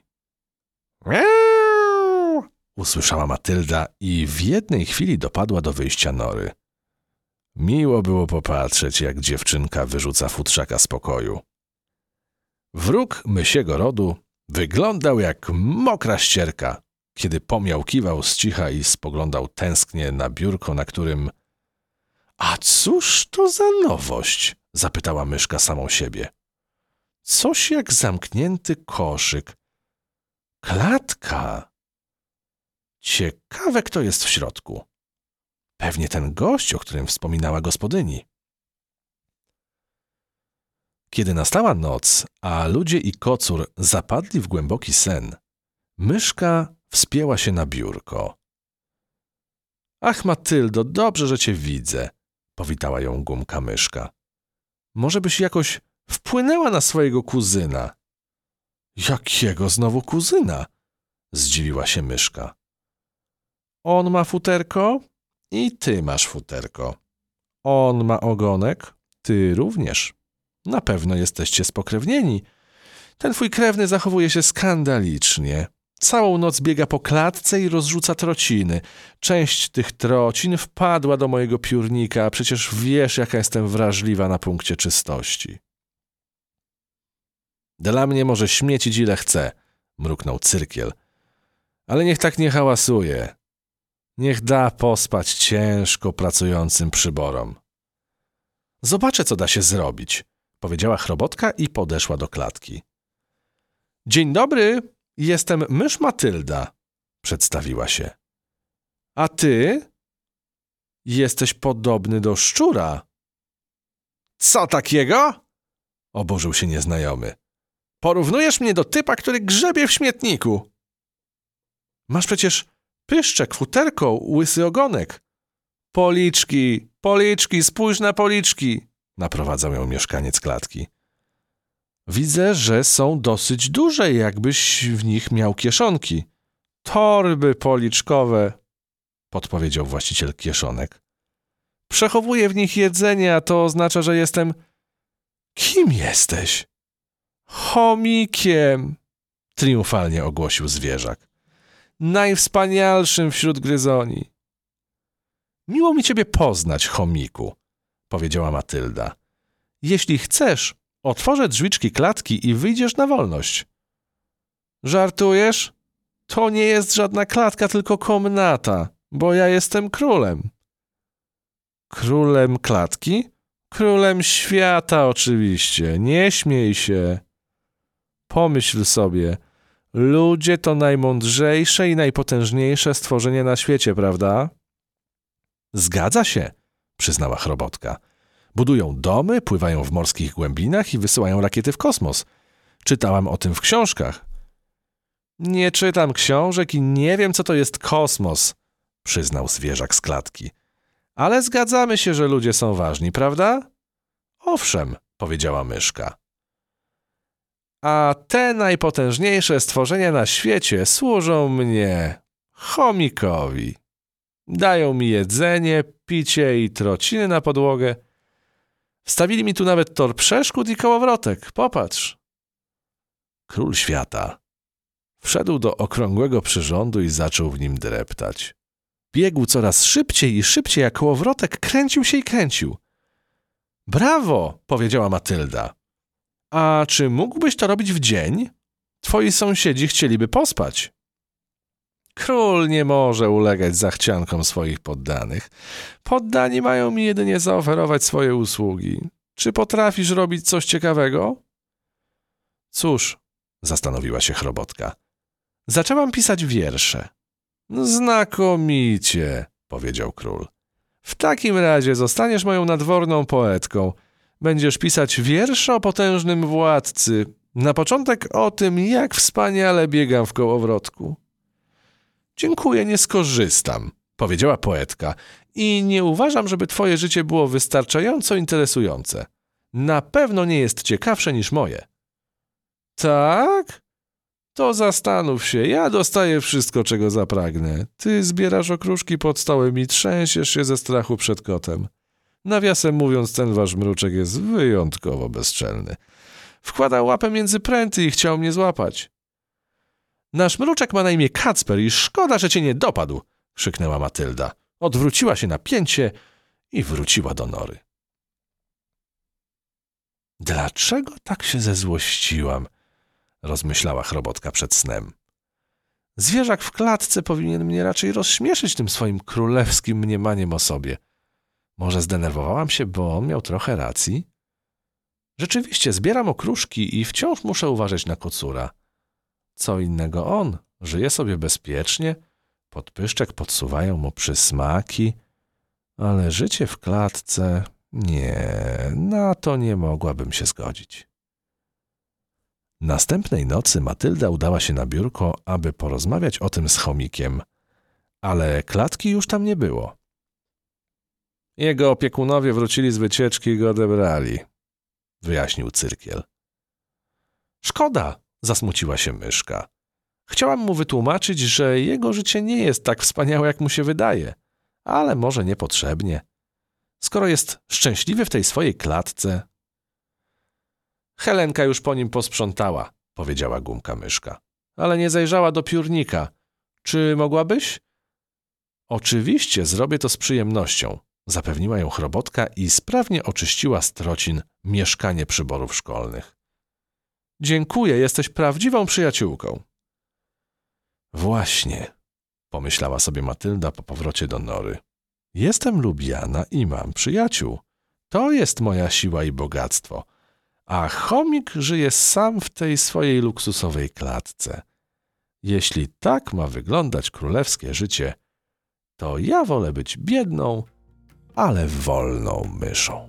Miau! Usłyszała Matylda i w jednej chwili dopadła do wyjścia nory. Miło było popatrzeć, jak dziewczynka wyrzuca futrzaka z pokoju. Wróg mysiego rodu wyglądał jak mokra ścierka, kiedy pomiałkiwał z cicha i spoglądał tęsknie na biurko, na którym... A cóż to za nowość? Zapytała myszka samą siebie. Coś jak zamknięty koszyk. Klatka. Ciekawe, kto jest w środku. Pewnie ten gość, o którym wspominała gospodyni. Kiedy nastała noc, a ludzie i kocur zapadli w głęboki sen, myszka wspięła się na biurko. Ach, Matyldo, dobrze, że cię widzę, powitała ją gumka myszka. Może byś jakoś wpłynęła na swojego kuzyna. Jakiego znowu kuzyna? Zdziwiła się myszka. On ma futerko i ty masz futerko. On ma ogonek, ty również. Na pewno jesteście spokrewnieni. Ten twój krewny zachowuje się skandalicznie. Całą noc biega po klatce i rozrzuca trociny. Część tych trocin wpadła do mojego piórnika, a przecież wiesz, jaka jestem wrażliwa na punkcie czystości. Dla mnie może śmiecić ile chce, mruknął Cyrkiel. Ale niech tak nie hałasuje. Niech da pospać ciężko pracującym przyborom. Zobaczę, co da się zrobić, powiedziała chrobotka i podeszła do klatki. Dzień dobry, jestem mysz Matylda, przedstawiła się. A ty? Jesteś podobny do szczura. Co takiego? Oburzył się nieznajomy. Porównujesz mnie do typa, który grzebie w śmietniku. Masz przecież Pyszczek, futerko, łysy ogonek. Policzki, policzki, spójrz na policzki, naprowadzał ją mieszkaniec klatki. Widzę, że są dosyć duże, jakbyś w nich miał kieszonki. Torby policzkowe, podpowiedział właściciel kieszonek. Przechowuję w nich jedzenie, a to oznacza, że jestem... Kim jesteś? Chomikiem, triumfalnie ogłosił zwierzak. Najwspanialszym wśród gryzoni. Miło mi ciebie poznać, chomiku, powiedziała Matylda. Jeśli chcesz, otworzę drzwiczki klatki i wyjdziesz na wolność. Żartujesz? To nie jest żadna klatka, tylko komnata, bo ja jestem królem. Królem klatki? Królem świata oczywiście, nie śmiej się. Pomyśl sobie, ludzie to najmądrzejsze i najpotężniejsze stworzenie na świecie, prawda? Zgadza się, przyznała chrobotka. Budują domy, pływają w morskich głębinach i wysyłają rakiety w kosmos. Czytałam o tym w książkach. Nie czytam książek i nie wiem, co to jest kosmos, przyznał zwierzak z klatki. Ale zgadzamy się, że ludzie są ważni, prawda? Owszem, powiedziała myszka. A te najpotężniejsze stworzenia na świecie służą mnie, chomikowi. Dają mi jedzenie, picie i trociny na podłogę. Wstawili mi tu nawet tor przeszkód i kołowrotek. Popatrz. Król świata wszedł do okrągłego przyrządu i zaczął w nim dreptać. Biegł coraz szybciej i szybciej, a kołowrotek kręcił się i kręcił. Brawo, powiedziała Matylda. A czy mógłbyś to robić w dzień? Twoi sąsiedzi chcieliby pospać. Król nie może ulegać zachciankom swoich poddanych. Poddani mają mi jedynie zaoferować swoje usługi. Czy potrafisz robić coś ciekawego? Cóż, zastanowiła się chrobotka. Zaczęłam pisać wiersze. Znakomicie, powiedział król. W takim razie zostaniesz moją nadworną poetką. Będziesz pisać wiersze o potężnym władcy. Na początek o tym, jak wspaniale biegam w kołowrotku. Dziękuję, nie skorzystam, powiedziała poetka. I nie uważam, żeby twoje życie było wystarczająco interesujące. Na pewno nie jest ciekawsze niż moje. Tak? To zastanów się, ja dostaję wszystko, czego zapragnę. Ty zbierasz okruszki pod stołem i trzęsiesz się ze strachu przed kotem. Nawiasem mówiąc, ten wasz mruczek jest wyjątkowo bezczelny. Wkładał łapę między pręty i chciał mnie złapać. Nasz mruczek ma na imię Kacper i szkoda, że cię nie dopadł, krzyknęła Matylda. Odwróciła się na pięcie i wróciła do nory. Dlaczego tak się zezłościłam? Rozmyślała chrobotka przed snem. Zwierzak w klatce powinien mnie raczej rozśmieszyć tym swoim królewskim mniemaniem o sobie. Może zdenerwowałam się, bo on miał trochę racji? Rzeczywiście, zbieram okruszki i wciąż muszę uważać na kocura. Co innego on, żyje sobie bezpiecznie, pod pyszczek podsuwają mu przysmaki, ale życie w klatce... Nie, na to nie mogłabym się zgodzić. Następnej nocy Matylda udała się na biurko, aby porozmawiać o tym z chomikiem, ale klatki już tam nie było. Jego opiekunowie wrócili z wycieczki i go odebrali, wyjaśnił Cyrkiel. Szkoda, zasmuciła się myszka. Chciałam mu wytłumaczyć, że jego życie nie jest tak wspaniałe, jak mu się wydaje, ale może niepotrzebnie. Skoro jest szczęśliwy w tej swojej klatce... Helenka już po nim posprzątała, powiedziała Gumka myszka, ale nie zajrzała do piórnika. Czy mogłabyś? Oczywiście, zrobię to z przyjemnością, zapewniła ją chrobotka i sprawnie oczyściła z trocin mieszkanie przyborów szkolnych. Dziękuję, jesteś prawdziwą przyjaciółką. Właśnie, pomyślała sobie Matylda po powrocie do nory. Jestem lubiana i mam przyjaciół. To jest moja siła i bogactwo. A chomik żyje sam w tej swojej luksusowej klatce. Jeśli tak ma wyglądać królewskie życie, to ja wolę być biedną, ale wolną myszą.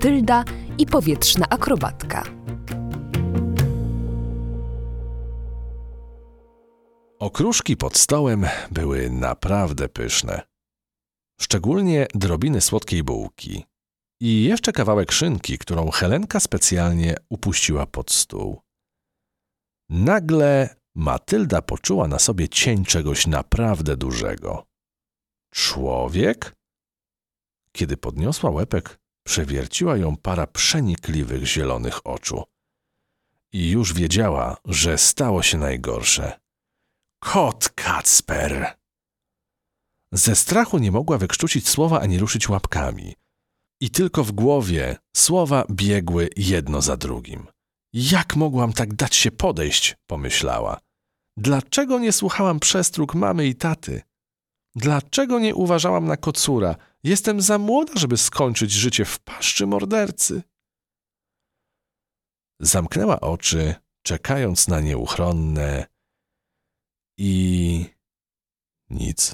Matylda i powietrzna akrobatka. Okruszki pod stołem były naprawdę pyszne. Szczególnie drobiny słodkiej bułki i jeszcze kawałek szynki, którą Helenka specjalnie upuściła pod stół. Nagle Matylda poczuła na sobie cień czegoś naprawdę dużego. Człowiek? Kiedy podniosła łepek, przewierciła ją para przenikliwych zielonych oczu. I już wiedziała, że stało się najgorsze. Kot Kacper! Ze strachu nie mogła wykrztusić słowa ani ruszyć łapkami. I tylko w głowie słowa biegły jedno za drugim. Jak mogłam tak dać się podejść, pomyślała. Dlaczego nie słuchałam przestróg mamy i taty? Dlaczego nie uważałam na kocura? Jestem za młoda, żeby skończyć życie w paszczy mordercy. Zamknęła oczy, czekając na nieuchronne i nic.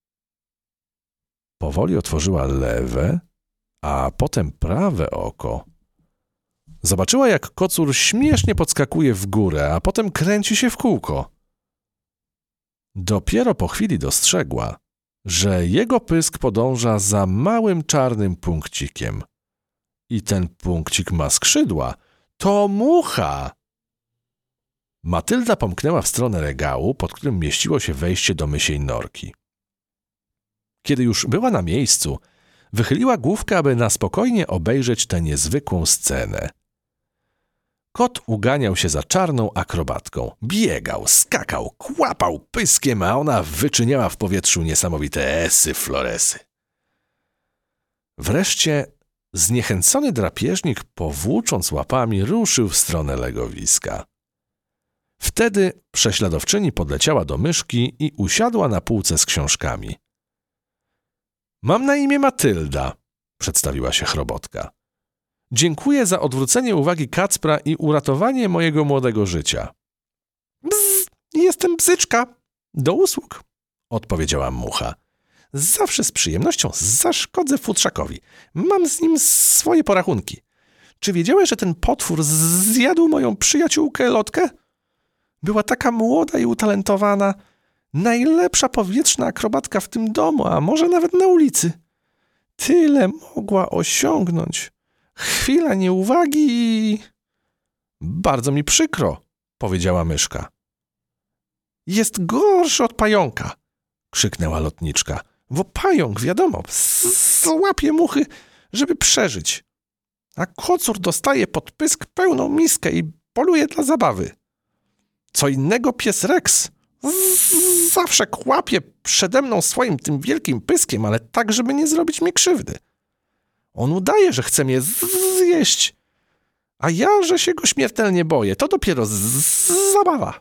Powoli otworzyła lewe, a potem prawe oko. Zobaczyła, jak kocur śmiesznie podskakuje w górę, a potem kręci się w kółko. Dopiero po chwili dostrzegła, że jego pysk podąża za małym czarnym punkcikiem. I ten punkcik ma skrzydła. To mucha! Matylda pomknęła w stronę regału, pod którym mieściło się wejście do mysiej norki. Kiedy już była na miejscu, wychyliła główkę, aby na spokojnie obejrzeć tę niezwykłą scenę. Kot uganiał się za czarną akrobatką. Biegał, skakał, kłapał pyskiem, a ona wyczyniała w powietrzu niesamowite esy floresy. Wreszcie zniechęcony drapieżnik, powłócząc łapami, ruszył w stronę legowiska. Wtedy prześladowczyni podleciała do myszki i usiadła na półce z książkami. Mam na imię Matylda, przedstawiła się chrobotka. Dziękuję za odwrócenie uwagi Kacpra i uratowanie mojego młodego życia. Bzz, jestem Bzyczka. Do usług, odpowiedziała mucha. Zawsze z przyjemnością zaszkodzę futrzakowi. Mam z nim swoje porachunki. Czy wiedziałeś, że ten potwór zjadł moją przyjaciółkę Lotkę? Była taka młoda i utalentowana. Najlepsza powietrzna akrobatka w tym domu, a może nawet na ulicy. Tyle mogła osiągnąć. Chwila nieuwagi i... Bardzo mi przykro, powiedziała myszka. Jest gorszy od pająka, krzyknęła lotniczka. Bo pająk, wiadomo, złapie muchy, żeby przeżyć. A kocur dostaje pod pysk pełną miskę i poluje dla zabawy. Co innego pies Rex zawsze kłapie przede mną swoim tym wielkim pyskiem, ale tak, żeby nie zrobić mi krzywdy. On udaje, że chce mnie zjeść, a ja, że się go śmiertelnie boję. To dopiero zabawa.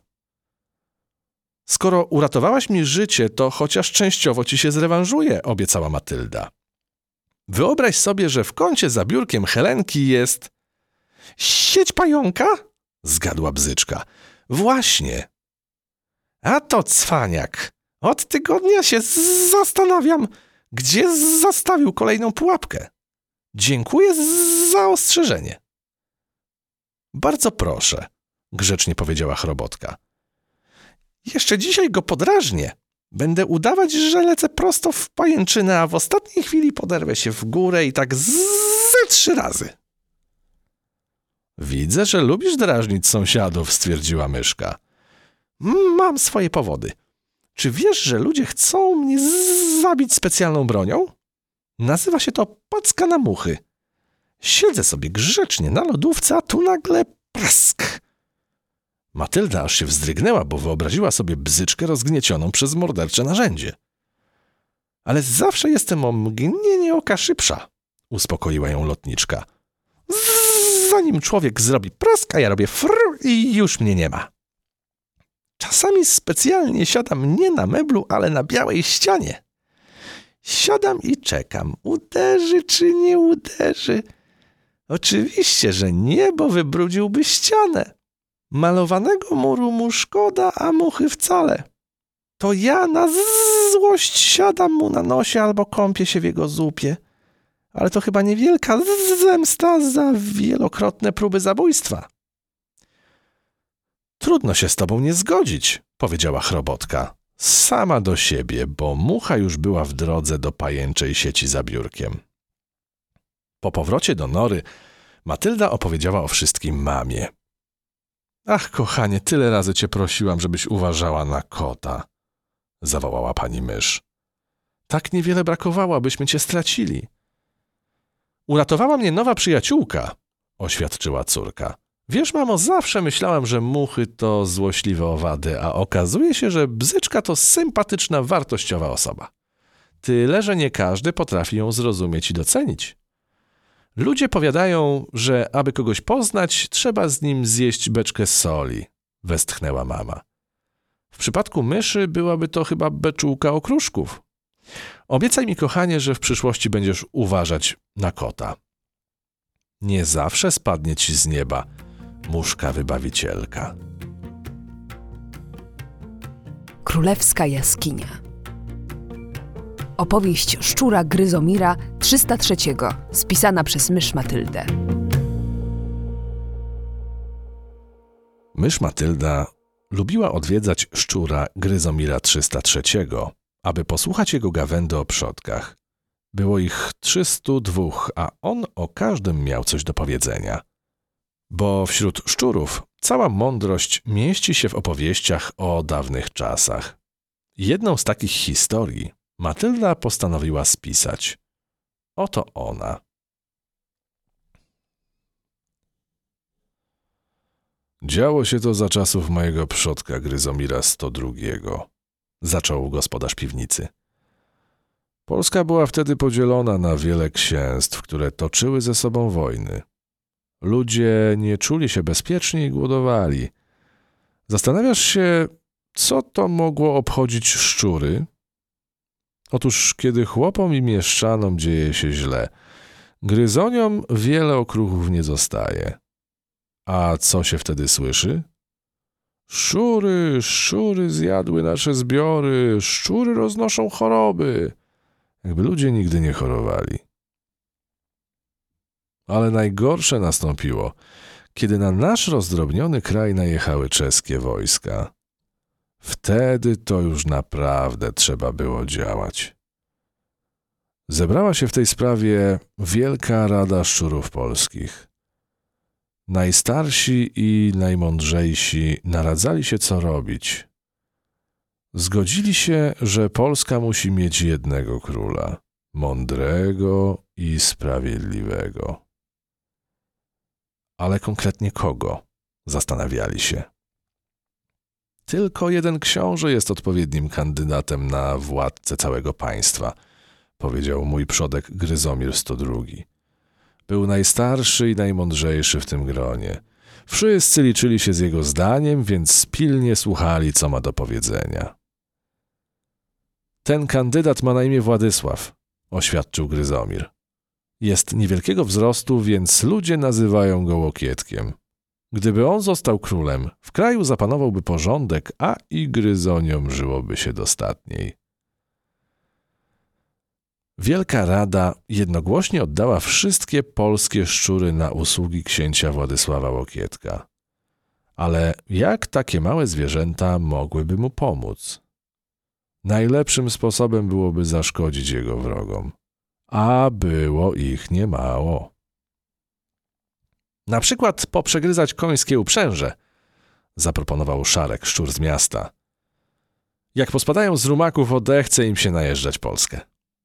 Skoro uratowałaś mi życie, to chociaż częściowo ci się zrewanżuję, obiecała Matylda. Wyobraź sobie, że w kącie za biurkiem Helenki jest... Sieć pająka? Zgadła Bzyczka. Właśnie. A to cwaniak. Od tygodnia się zastanawiam, gdzie zastawił kolejną pułapkę. Dziękuję za ostrzeżenie. Bardzo proszę, grzecznie powiedziała chrobotka. Jeszcze dzisiaj go podrażnię. Będę udawać, że lecę prosto w pajęczynę, a w ostatniej chwili poderwę się w górę i tak ze 3 razy. Widzę, że lubisz drażnić sąsiadów, stwierdziła myszka. Mam swoje powody. Czy wiesz, że ludzie chcą mnie zabić specjalną bronią? Nazywa się to packa na muchy. Siedzę sobie grzecznie na lodówce, a tu nagle prask. Matylda aż się wzdrygnęła, bo wyobraziła sobie Bzyczkę rozgniecioną przez mordercze narzędzie. Ale zawsze jestem o mgnienie oka szybsza, uspokoiła ją lotniczka. Zanim człowiek zrobi prask, a ja robię frr i już mnie nie ma. Czasami specjalnie siadam nie na meblu, ale na białej ścianie. Siadam i czekam, uderzy czy nie uderzy. Oczywiście, że nie, bo wybrudziłby ścianę. Malowanego muru mu szkoda, a muchy wcale. To ja na złość siadam mu na nosie albo kąpię się w jego zupie. Ale to chyba niewielka zemsta za wielokrotne próby zabójstwa. Trudno się z tobą nie zgodzić, powiedziała chrobotka. Sama do siebie, bo mucha już była w drodze do pajęczej sieci za biurkiem. Po powrocie do nory Matylda opowiedziała o wszystkim mamie. Ach, kochanie, tyle razy cię prosiłam, żebyś uważała na kota, zawołała pani mysz. Tak niewiele brakowało, abyśmy cię stracili. Uratowała mnie nowa przyjaciółka, oświadczyła córka. Wiesz, mamo, zawsze myślałam, że muchy to złośliwe owady, a okazuje się, że bzyczka to sympatyczna, wartościowa osoba. Tyle, że nie każdy potrafi ją zrozumieć i docenić. Ludzie powiadają, że aby kogoś poznać, trzeba z nim zjeść beczkę soli, westchnęła mama. W przypadku myszy byłaby to chyba beczułka okruszków. Obiecaj mi, kochanie, że w przyszłości będziesz uważać na kota. Nie zawsze spadnie ci z nieba muszka wybawicielka. Królewska jaskinia. Opowieść szczura Gryzomira 303, spisana przez mysz Matyldę. Mysz Matylda lubiła odwiedzać szczura Gryzomira 303, aby posłuchać jego gawędy o przodkach. Było ich 302, a on o każdym miał coś do powiedzenia. Bo wśród szczurów cała mądrość mieści się w opowieściach o dawnych czasach. Jedną z takich historii Matylda postanowiła spisać. Oto ona. Działo się to za czasów mojego przodka Gryzomira 102, zaczął gospodarz piwnicy. Polska była wtedy podzielona na wiele księstw, które toczyły ze sobą wojny. Ludzie nie czuli się bezpieczni i głodowali. Zastanawiasz się, co to mogło obchodzić szczury? Otóż, kiedy chłopom i mieszczanom dzieje się źle, gryzoniom wiele okruchów nie zostaje. A co się wtedy słyszy? Szczury, szczury zjadły nasze zbiory, szczury roznoszą choroby. Jakby ludzie nigdy nie chorowali. Ale najgorsze nastąpiło, kiedy na nasz rozdrobniony kraj najechały czeskie wojska. Wtedy to już naprawdę trzeba było działać. Zebrała się w tej sprawie Wielka Rada Szczurów Polskich. Najstarsi i najmądrzejsi naradzali się, co robić. Zgodzili się, że Polska musi mieć jednego króla, mądrego i sprawiedliwego. Ale konkretnie kogo? Zastanawiali się. Tylko jeden książę jest odpowiednim kandydatem na władcę całego państwa, powiedział mój przodek Gryzomir 102. Był najstarszy i najmądrzejszy w tym gronie. Wszyscy liczyli się z jego zdaniem, więc pilnie słuchali, co ma do powiedzenia. Ten kandydat ma na imię Władysław, oświadczył Gryzomir. Jest niewielkiego wzrostu, więc ludzie nazywają go Łokietkiem. Gdyby on został królem, w kraju zapanowałby porządek, a i gryzoniom żyłoby się dostatniej. Wielka Rada jednogłośnie oddała wszystkie polskie szczury na usługi księcia Władysława Łokietka. Ale jak takie małe zwierzęta mogłyby mu pomóc? Najlepszym sposobem byłoby zaszkodzić jego wrogom. A było ich niemało. Na przykład poprzegryzać końskie uprzęże, zaproponował Szarek, szczur z miasta. Jak pospadają z rumaków, odechce im się najeżdżać Polskę.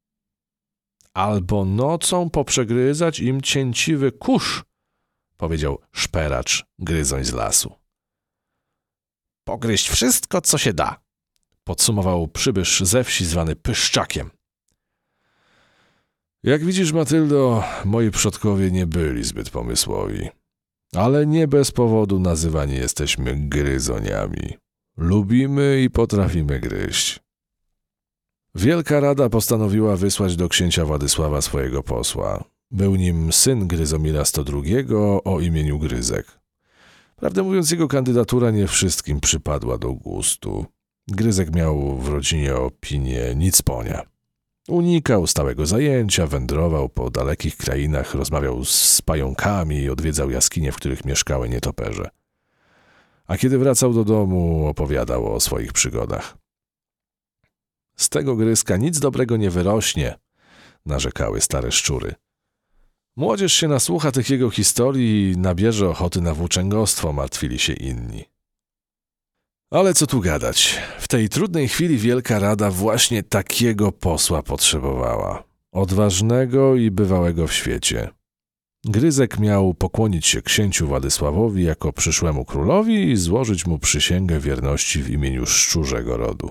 Albo nocą poprzegryzać im cięciwy kurz, powiedział Szperacz, gryzoń z lasu. Pogryźć wszystko, co się da, podsumował przybysz ze wsi zwany Pyszczakiem. Jak widzisz, Matyldo, moi przodkowie nie byli zbyt pomysłowi, ale nie bez powodu nazywani jesteśmy gryzoniami. Lubimy i potrafimy gryźć. Wielka Rada postanowiła wysłać do księcia Władysława swojego posła. Był nim syn Gryzomira 102 o imieniu Gryzek. Prawdę mówiąc, jego kandydatura nie wszystkim przypadła do gustu. Gryzek miał w rodzinie opinię nicponia. Unikał stałego zajęcia, wędrował po dalekich krainach, rozmawiał z pająkami i odwiedzał jaskinie, w których mieszkały nietoperze. A kiedy wracał do domu, opowiadał o swoich przygodach. Z tego Gryzka nic dobrego nie wyrośnie, narzekały stare szczury. Młodzież się nasłucha tych jego historii i nabierze ochoty na włóczęgostwo, martwili się inni. Ale co tu gadać, w tej trudnej chwili Wielka Rada właśnie takiego posła potrzebowała. Odważnego i bywałego w świecie. Gryzek miał pokłonić się księciu Władysławowi jako przyszłemu królowi i złożyć mu przysięgę wierności w imieniu szczurzego rodu.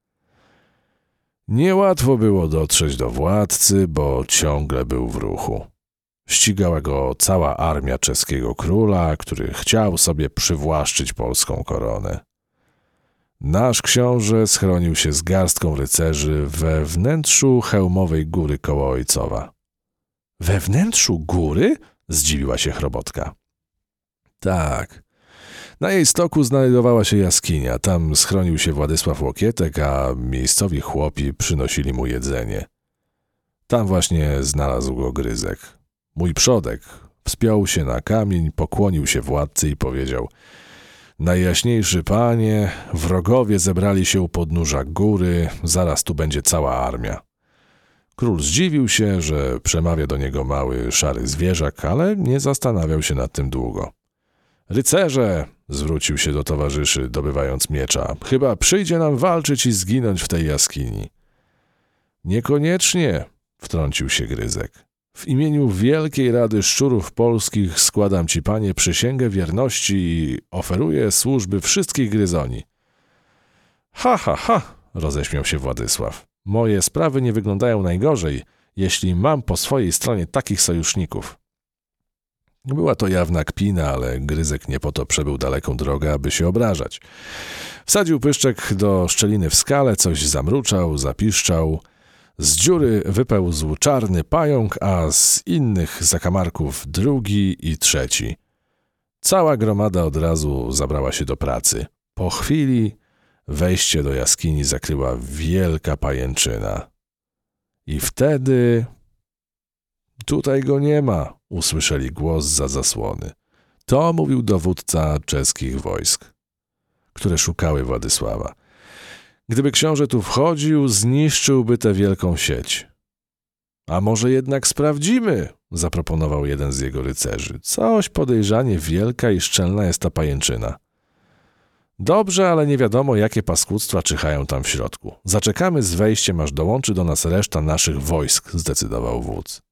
Niełatwo było dotrzeć do władcy, bo ciągle był w ruchu. Ścigała go cała armia czeskiego króla, który chciał sobie przywłaszczyć polską koronę. Nasz książę schronił się z garstką rycerzy we wnętrzu hełmowej góry koło Ojcowa. We wnętrzu góry? Zdziwiła się Chrobotka. Tak. Na jej stoku znajdowała się jaskinia. Tam schronił się Władysław Łokietek, a miejscowi chłopi przynosili mu jedzenie. Tam właśnie znalazł go Gryzek. Mój przodek wspiął się na kamień, pokłonił się władcy i powiedział: Najjaśniejszy panie, wrogowie zebrali się u podnóża góry, zaraz tu będzie cała armia. Król zdziwił się, że przemawia do niego mały, szary zwierzak, ale nie zastanawiał się nad tym długo. Rycerze, zwrócił się do towarzyszy, dobywając miecza, chyba przyjdzie nam walczyć i zginąć w tej jaskini. Niekoniecznie, wtrącił się Gryzek. W imieniu Wielkiej Rady Szczurów Polskich składam ci, panie, przysięgę wierności i oferuję służby wszystkich gryzoni. Ha, ha, ha, roześmiał się Władysław. Moje sprawy nie wyglądają najgorzej, jeśli mam po swojej stronie takich sojuszników. Była to jawna kpina, ale Gryzek nie po to przebył daleką drogę, aby się obrażać. Wsadził pyszczek do szczeliny w skale, coś zamruczał, zapiszczał. Z dziury wypełzł czarny pająk, a z innych zakamarków drugi i trzeci. Cała gromada od razu zabrała się do pracy. Po chwili wejście do jaskini zakryła wielka pajęczyna. I wtedy... Tutaj go nie ma, usłyszeli głos zza zasłony. To mówił dowódca czeskich wojsk, które szukały Władysława. Gdyby książę tu wchodził, zniszczyłby tę wielką sieć. A może jednak sprawdzimy, zaproponował jeden z jego rycerzy. Coś podejrzanie wielka i szczelna jest ta pajęczyna. Dobrze, ale nie wiadomo, jakie paskudztwa czyhają tam w środku. Zaczekamy z wejściem, aż dołączy do nas reszta naszych wojsk, zdecydował wódz.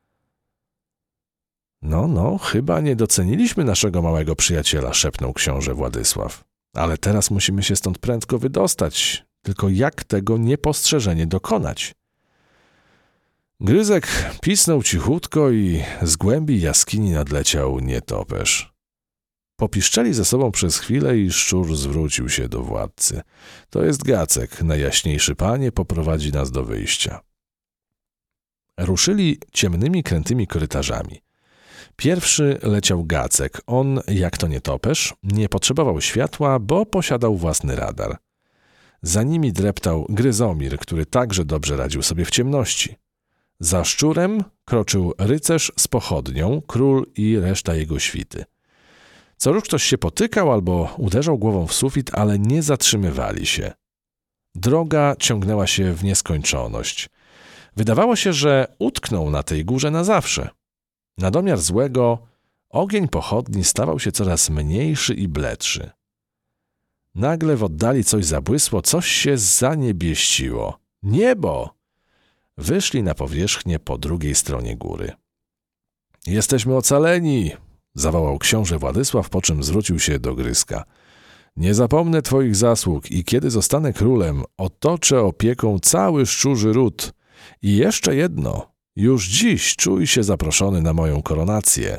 No, chyba nie doceniliśmy naszego małego przyjaciela, szepnął książę Władysław. Ale teraz musimy się stąd prędko wydostać. Tylko jak tego niepostrzeżenie dokonać? Gryzek pisnął cichutko i z głębi jaskini nadleciał nietoperz. Popiszczeli ze sobą przez chwilę i szczur zwrócił się do władcy. To jest Gacek, najjaśniejszy panie, poprowadzi nas do wyjścia. Ruszyli ciemnymi, krętymi korytarzami. Pierwszy leciał Gacek. On, jak to nietoperz, nie potrzebował światła, bo posiadał własny radar. Za nimi dreptał Gryzomir, który także dobrze radził sobie w ciemności. Za szczurem kroczył rycerz z pochodnią, król i reszta jego świty. Co rusz ktoś się potykał albo uderzał głową w sufit, ale nie zatrzymywali się. Droga ciągnęła się w nieskończoność. Wydawało się, że utkną na tej górze na zawsze. Na domiar złego ogień pochodni stawał się coraz mniejszy i bledszy. Nagle w oddali coś zabłysło, coś się zaniebieściło. Niebo! Wyszli na powierzchnię po drugiej stronie góry. Jesteśmy ocaleni! Zawołał książę Władysław, po czym zwrócił się do Gryzka. Nie zapomnę twoich zasług i kiedy zostanę królem, otoczę opieką cały szczurzy ród. I jeszcze jedno, już dziś czuj się zaproszony na moją koronację.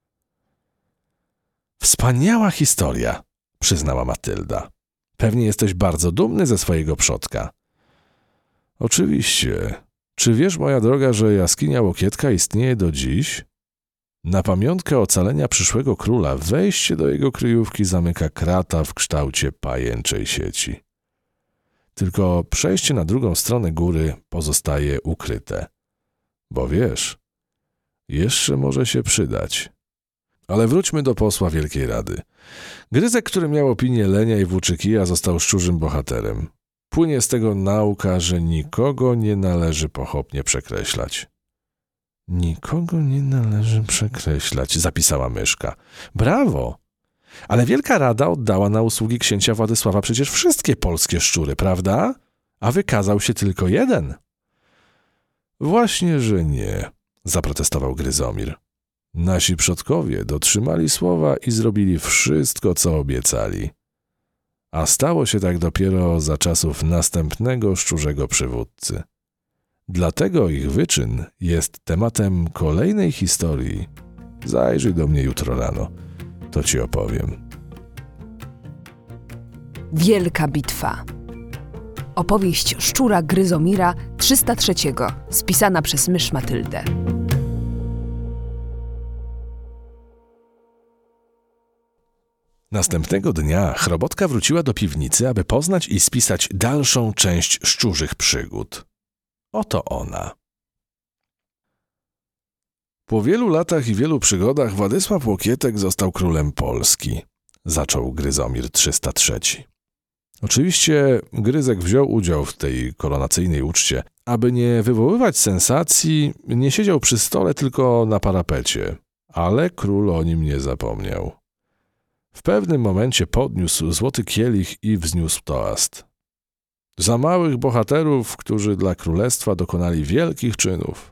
Wspaniała historia, przyznała Matylda. Pewnie jesteś bardzo dumny ze swojego przodka. Oczywiście. Czy wiesz, moja droga, że jaskinia Łokietka istnieje do dziś? Na pamiątkę ocalenia przyszłego króla wejście do jego kryjówki zamyka krata w kształcie pajęczej sieci. Tylko przejście na drugą stronę góry pozostaje ukryte. Bo wiesz, jeszcze może się przydać. Ale wróćmy do posła Wielkiej Rady. Gryzek, który miał opinię lenia i włóczykija, został szczurzym bohaterem. Płynie z tego nauka, że nikogo nie należy pochopnie przekreślać. Nikogo nie należy przekreślać, zapisała myszka. Brawo! Ale Wielka Rada oddała na usługi księcia Władysława przecież wszystkie polskie szczury, prawda? A wykazał się tylko jeden. Właśnie, że nie, zaprotestował Gryzomir. Nasi przodkowie dotrzymali słowa i zrobili wszystko, co obiecali. A stało się tak dopiero za czasów następnego szczurzego przywódcy. Dlatego ich wyczyn jest tematem kolejnej historii. Zajrzyj do mnie jutro rano, to ci opowiem. Wielka bitwa. Opowieść szczura Gryzomira 303, spisana przez mysz Matyldę. Następnego dnia Chrobotka wróciła do piwnicy, aby poznać i spisać dalszą część szczurzych przygód. Oto ona. Po wielu latach i wielu przygodach Władysław Łokietek został królem Polski. Zaczął Gryzomir 303. Oczywiście Gryzek wziął udział w tej koronacyjnej uczcie. Aby nie wywoływać sensacji, nie siedział przy stole, tylko na parapecie. Ale król o nim nie zapomniał. W pewnym momencie podniósł złoty kielich i wzniósł toast. Za małych bohaterów, którzy dla królestwa dokonali wielkich czynów.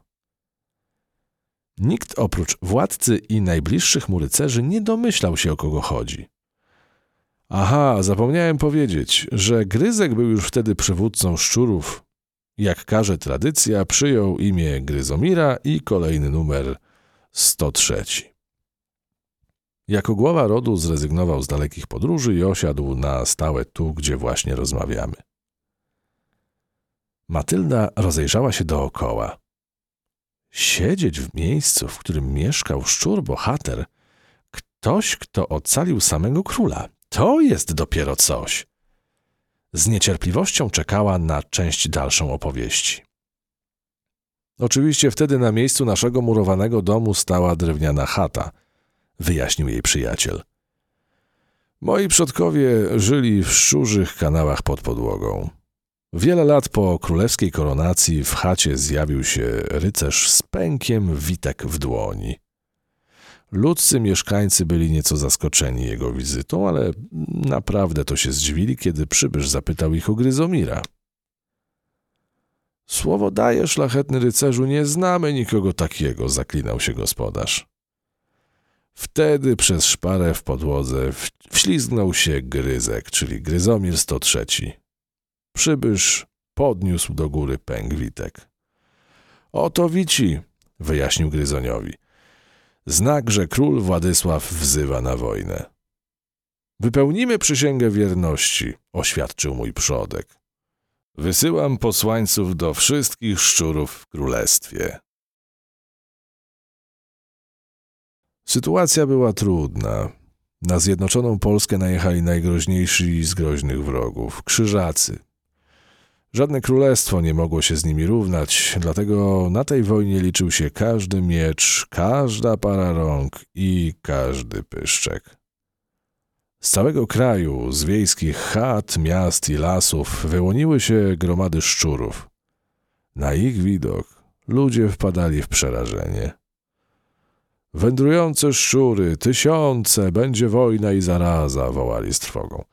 Nikt oprócz władcy i najbliższych mu rycerzy nie domyślał się, o kogo chodzi. Aha, zapomniałem powiedzieć, że Gryzek był już wtedy przywódcą szczurów. Jak każe tradycja, przyjął imię Gryzomira i kolejny numer 103. Jako głowa rodu zrezygnował z dalekich podróży i osiadł na stałe tu, gdzie właśnie rozmawiamy. Matylda rozejrzała się dookoła. Siedzieć w miejscu, w którym mieszkał szczur bohater, ktoś, kto ocalił samego króla. To jest dopiero coś. Z niecierpliwością czekała na część dalszą opowieści. Oczywiście wtedy na miejscu naszego murowanego domu stała drewniana chata, wyjaśnił jej przyjaciel. Moi przodkowie żyli w szczurzych kanałach pod podłogą. Wiele lat po królewskiej koronacji w chacie zjawił się rycerz z pękiem witek w dłoni. Ludzcy mieszkańcy byli nieco zaskoczeni jego wizytą, ale naprawdę to się zdziwili, kiedy przybysz zapytał ich o Gryzomira. Słowo daję, szlachetny rycerzu, nie znamy nikogo takiego, zaklinał się gospodarz. Wtedy przez szparę w podłodze wślizgnął się Gryzek, czyli Gryzomir 103. Przybysz podniósł do góry pęk witek. Oto wici, wyjaśnił Gryzoniowi. Znak, że król Władysław wzywa na wojnę. Wypełnimy przysięgę wierności, oświadczył mój przodek. Wysyłam posłańców do wszystkich szczurów w królestwie. Sytuacja była trudna. Na zjednoczoną Polskę najechali najgroźniejsi z groźnych wrogów – krzyżacy. Żadne królestwo nie mogło się z nimi równać, dlatego na tej wojnie liczył się każdy miecz, każda para rąk i każdy pyszczek. Z całego kraju, z wiejskich chat, miast i lasów wyłoniły się gromady szczurów. Na ich widok ludzie wpadali w przerażenie. Wędrujące szczury, tysiące, będzie wojna i zaraza, wołali z trwogą.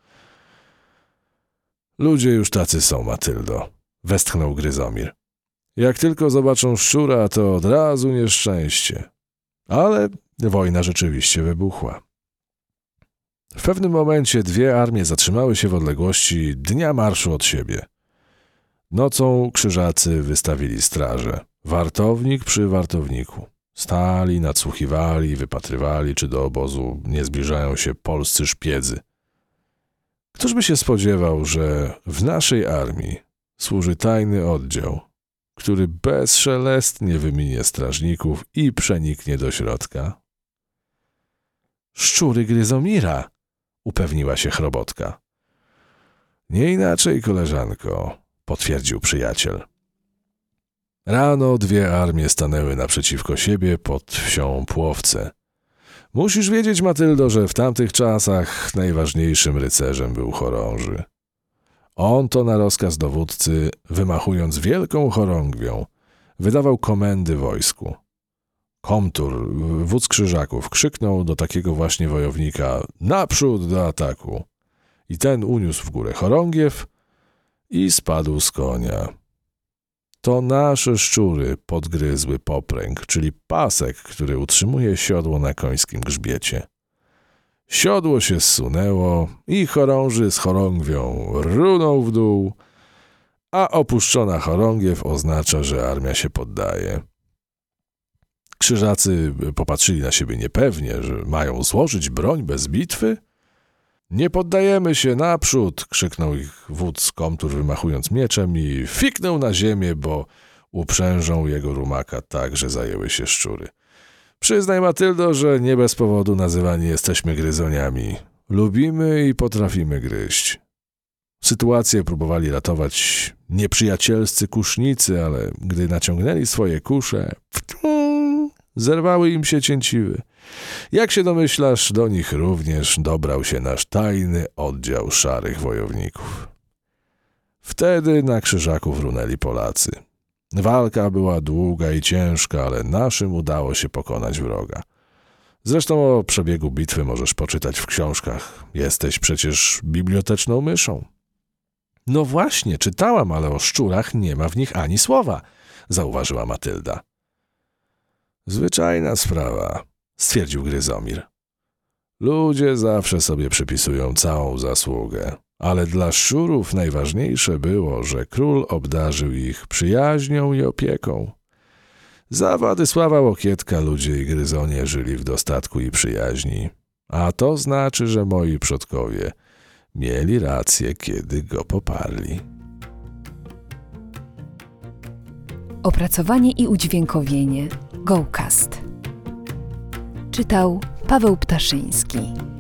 Ludzie już tacy są, Matyldo, westchnął Gryzomir. Jak tylko zobaczą szczura, to od razu nieszczęście. Ale wojna rzeczywiście wybuchła. W pewnym momencie dwie armie zatrzymały się w odległości dnia marszu od siebie. Nocą krzyżacy wystawili straże, wartownik przy wartowniku. Stali, nadsłuchiwali, wypatrywali, czy do obozu nie zbliżają się polscy szpiedzy. Któż by się spodziewał, że w naszej armii służy tajny oddział, który bezszelestnie wyminie strażników i przeniknie do środka? Szczury Gryzomira, upewniła się Chrobotka. Nie inaczej, koleżanko, potwierdził przyjaciel. Rano dwie armie stanęły naprzeciwko siebie pod wsią Płowce. Musisz wiedzieć, Matyldo, że w tamtych czasach najważniejszym rycerzem był chorąży. On to na rozkaz dowódcy, wymachując wielką chorągwią, wydawał komendy wojsku. Komtur, wódz krzyżaków, krzyknął do takiego właśnie wojownika: naprzód do ataku! I ten uniósł w górę chorągiew i spadł z konia. To nasze szczury podgryzły popręg, czyli pasek, który utrzymuje siodło na końskim grzbiecie. Siodło się zsunęło i chorąży z chorągwią runął w dół, a opuszczona chorągiew oznacza, że armia się poddaje. Krzyżacy popatrzyli na siebie niepewnie, że mają złożyć broń bez bitwy. Nie poddajemy się, naprzód! Krzyknął ich wódz Komtur, wymachując mieczem, i fiknął na ziemię, bo uprzężą jego rumaka tak, że zajęły się szczury. Przyznaj, Matyldo, że nie bez powodu nazywani jesteśmy gryzoniami. Lubimy i potrafimy gryźć. Sytuację próbowali ratować nieprzyjacielscy kusznicy, ale gdy naciągnęli swoje kusze, zerwały im się cięciwy. Jak się domyślasz, do nich również dobrał się nasz tajny oddział szarych wojowników. Wtedy na Krzyżaków runęli Polacy. Walka była długa i ciężka, ale naszym udało się pokonać wroga. Zresztą o przebiegu bitwy możesz poczytać w książkach. Jesteś przecież biblioteczną myszą. No właśnie, czytałam, ale o szczurach nie ma w nich ani słowa, zauważyła Matylda. Zwyczajna sprawa, stwierdził Gryzomir. Ludzie zawsze sobie przypisują całą zasługę, ale dla szczurów najważniejsze było, że król obdarzył ich przyjaźnią i opieką. Za Władysława Łokietka ludzie i gryzonie żyli w dostatku i przyjaźni, a to znaczy, że moi przodkowie mieli rację, kiedy go poparli. Opracowanie i udźwiękowienie GoCast. Czytał Paweł Ptaszyński.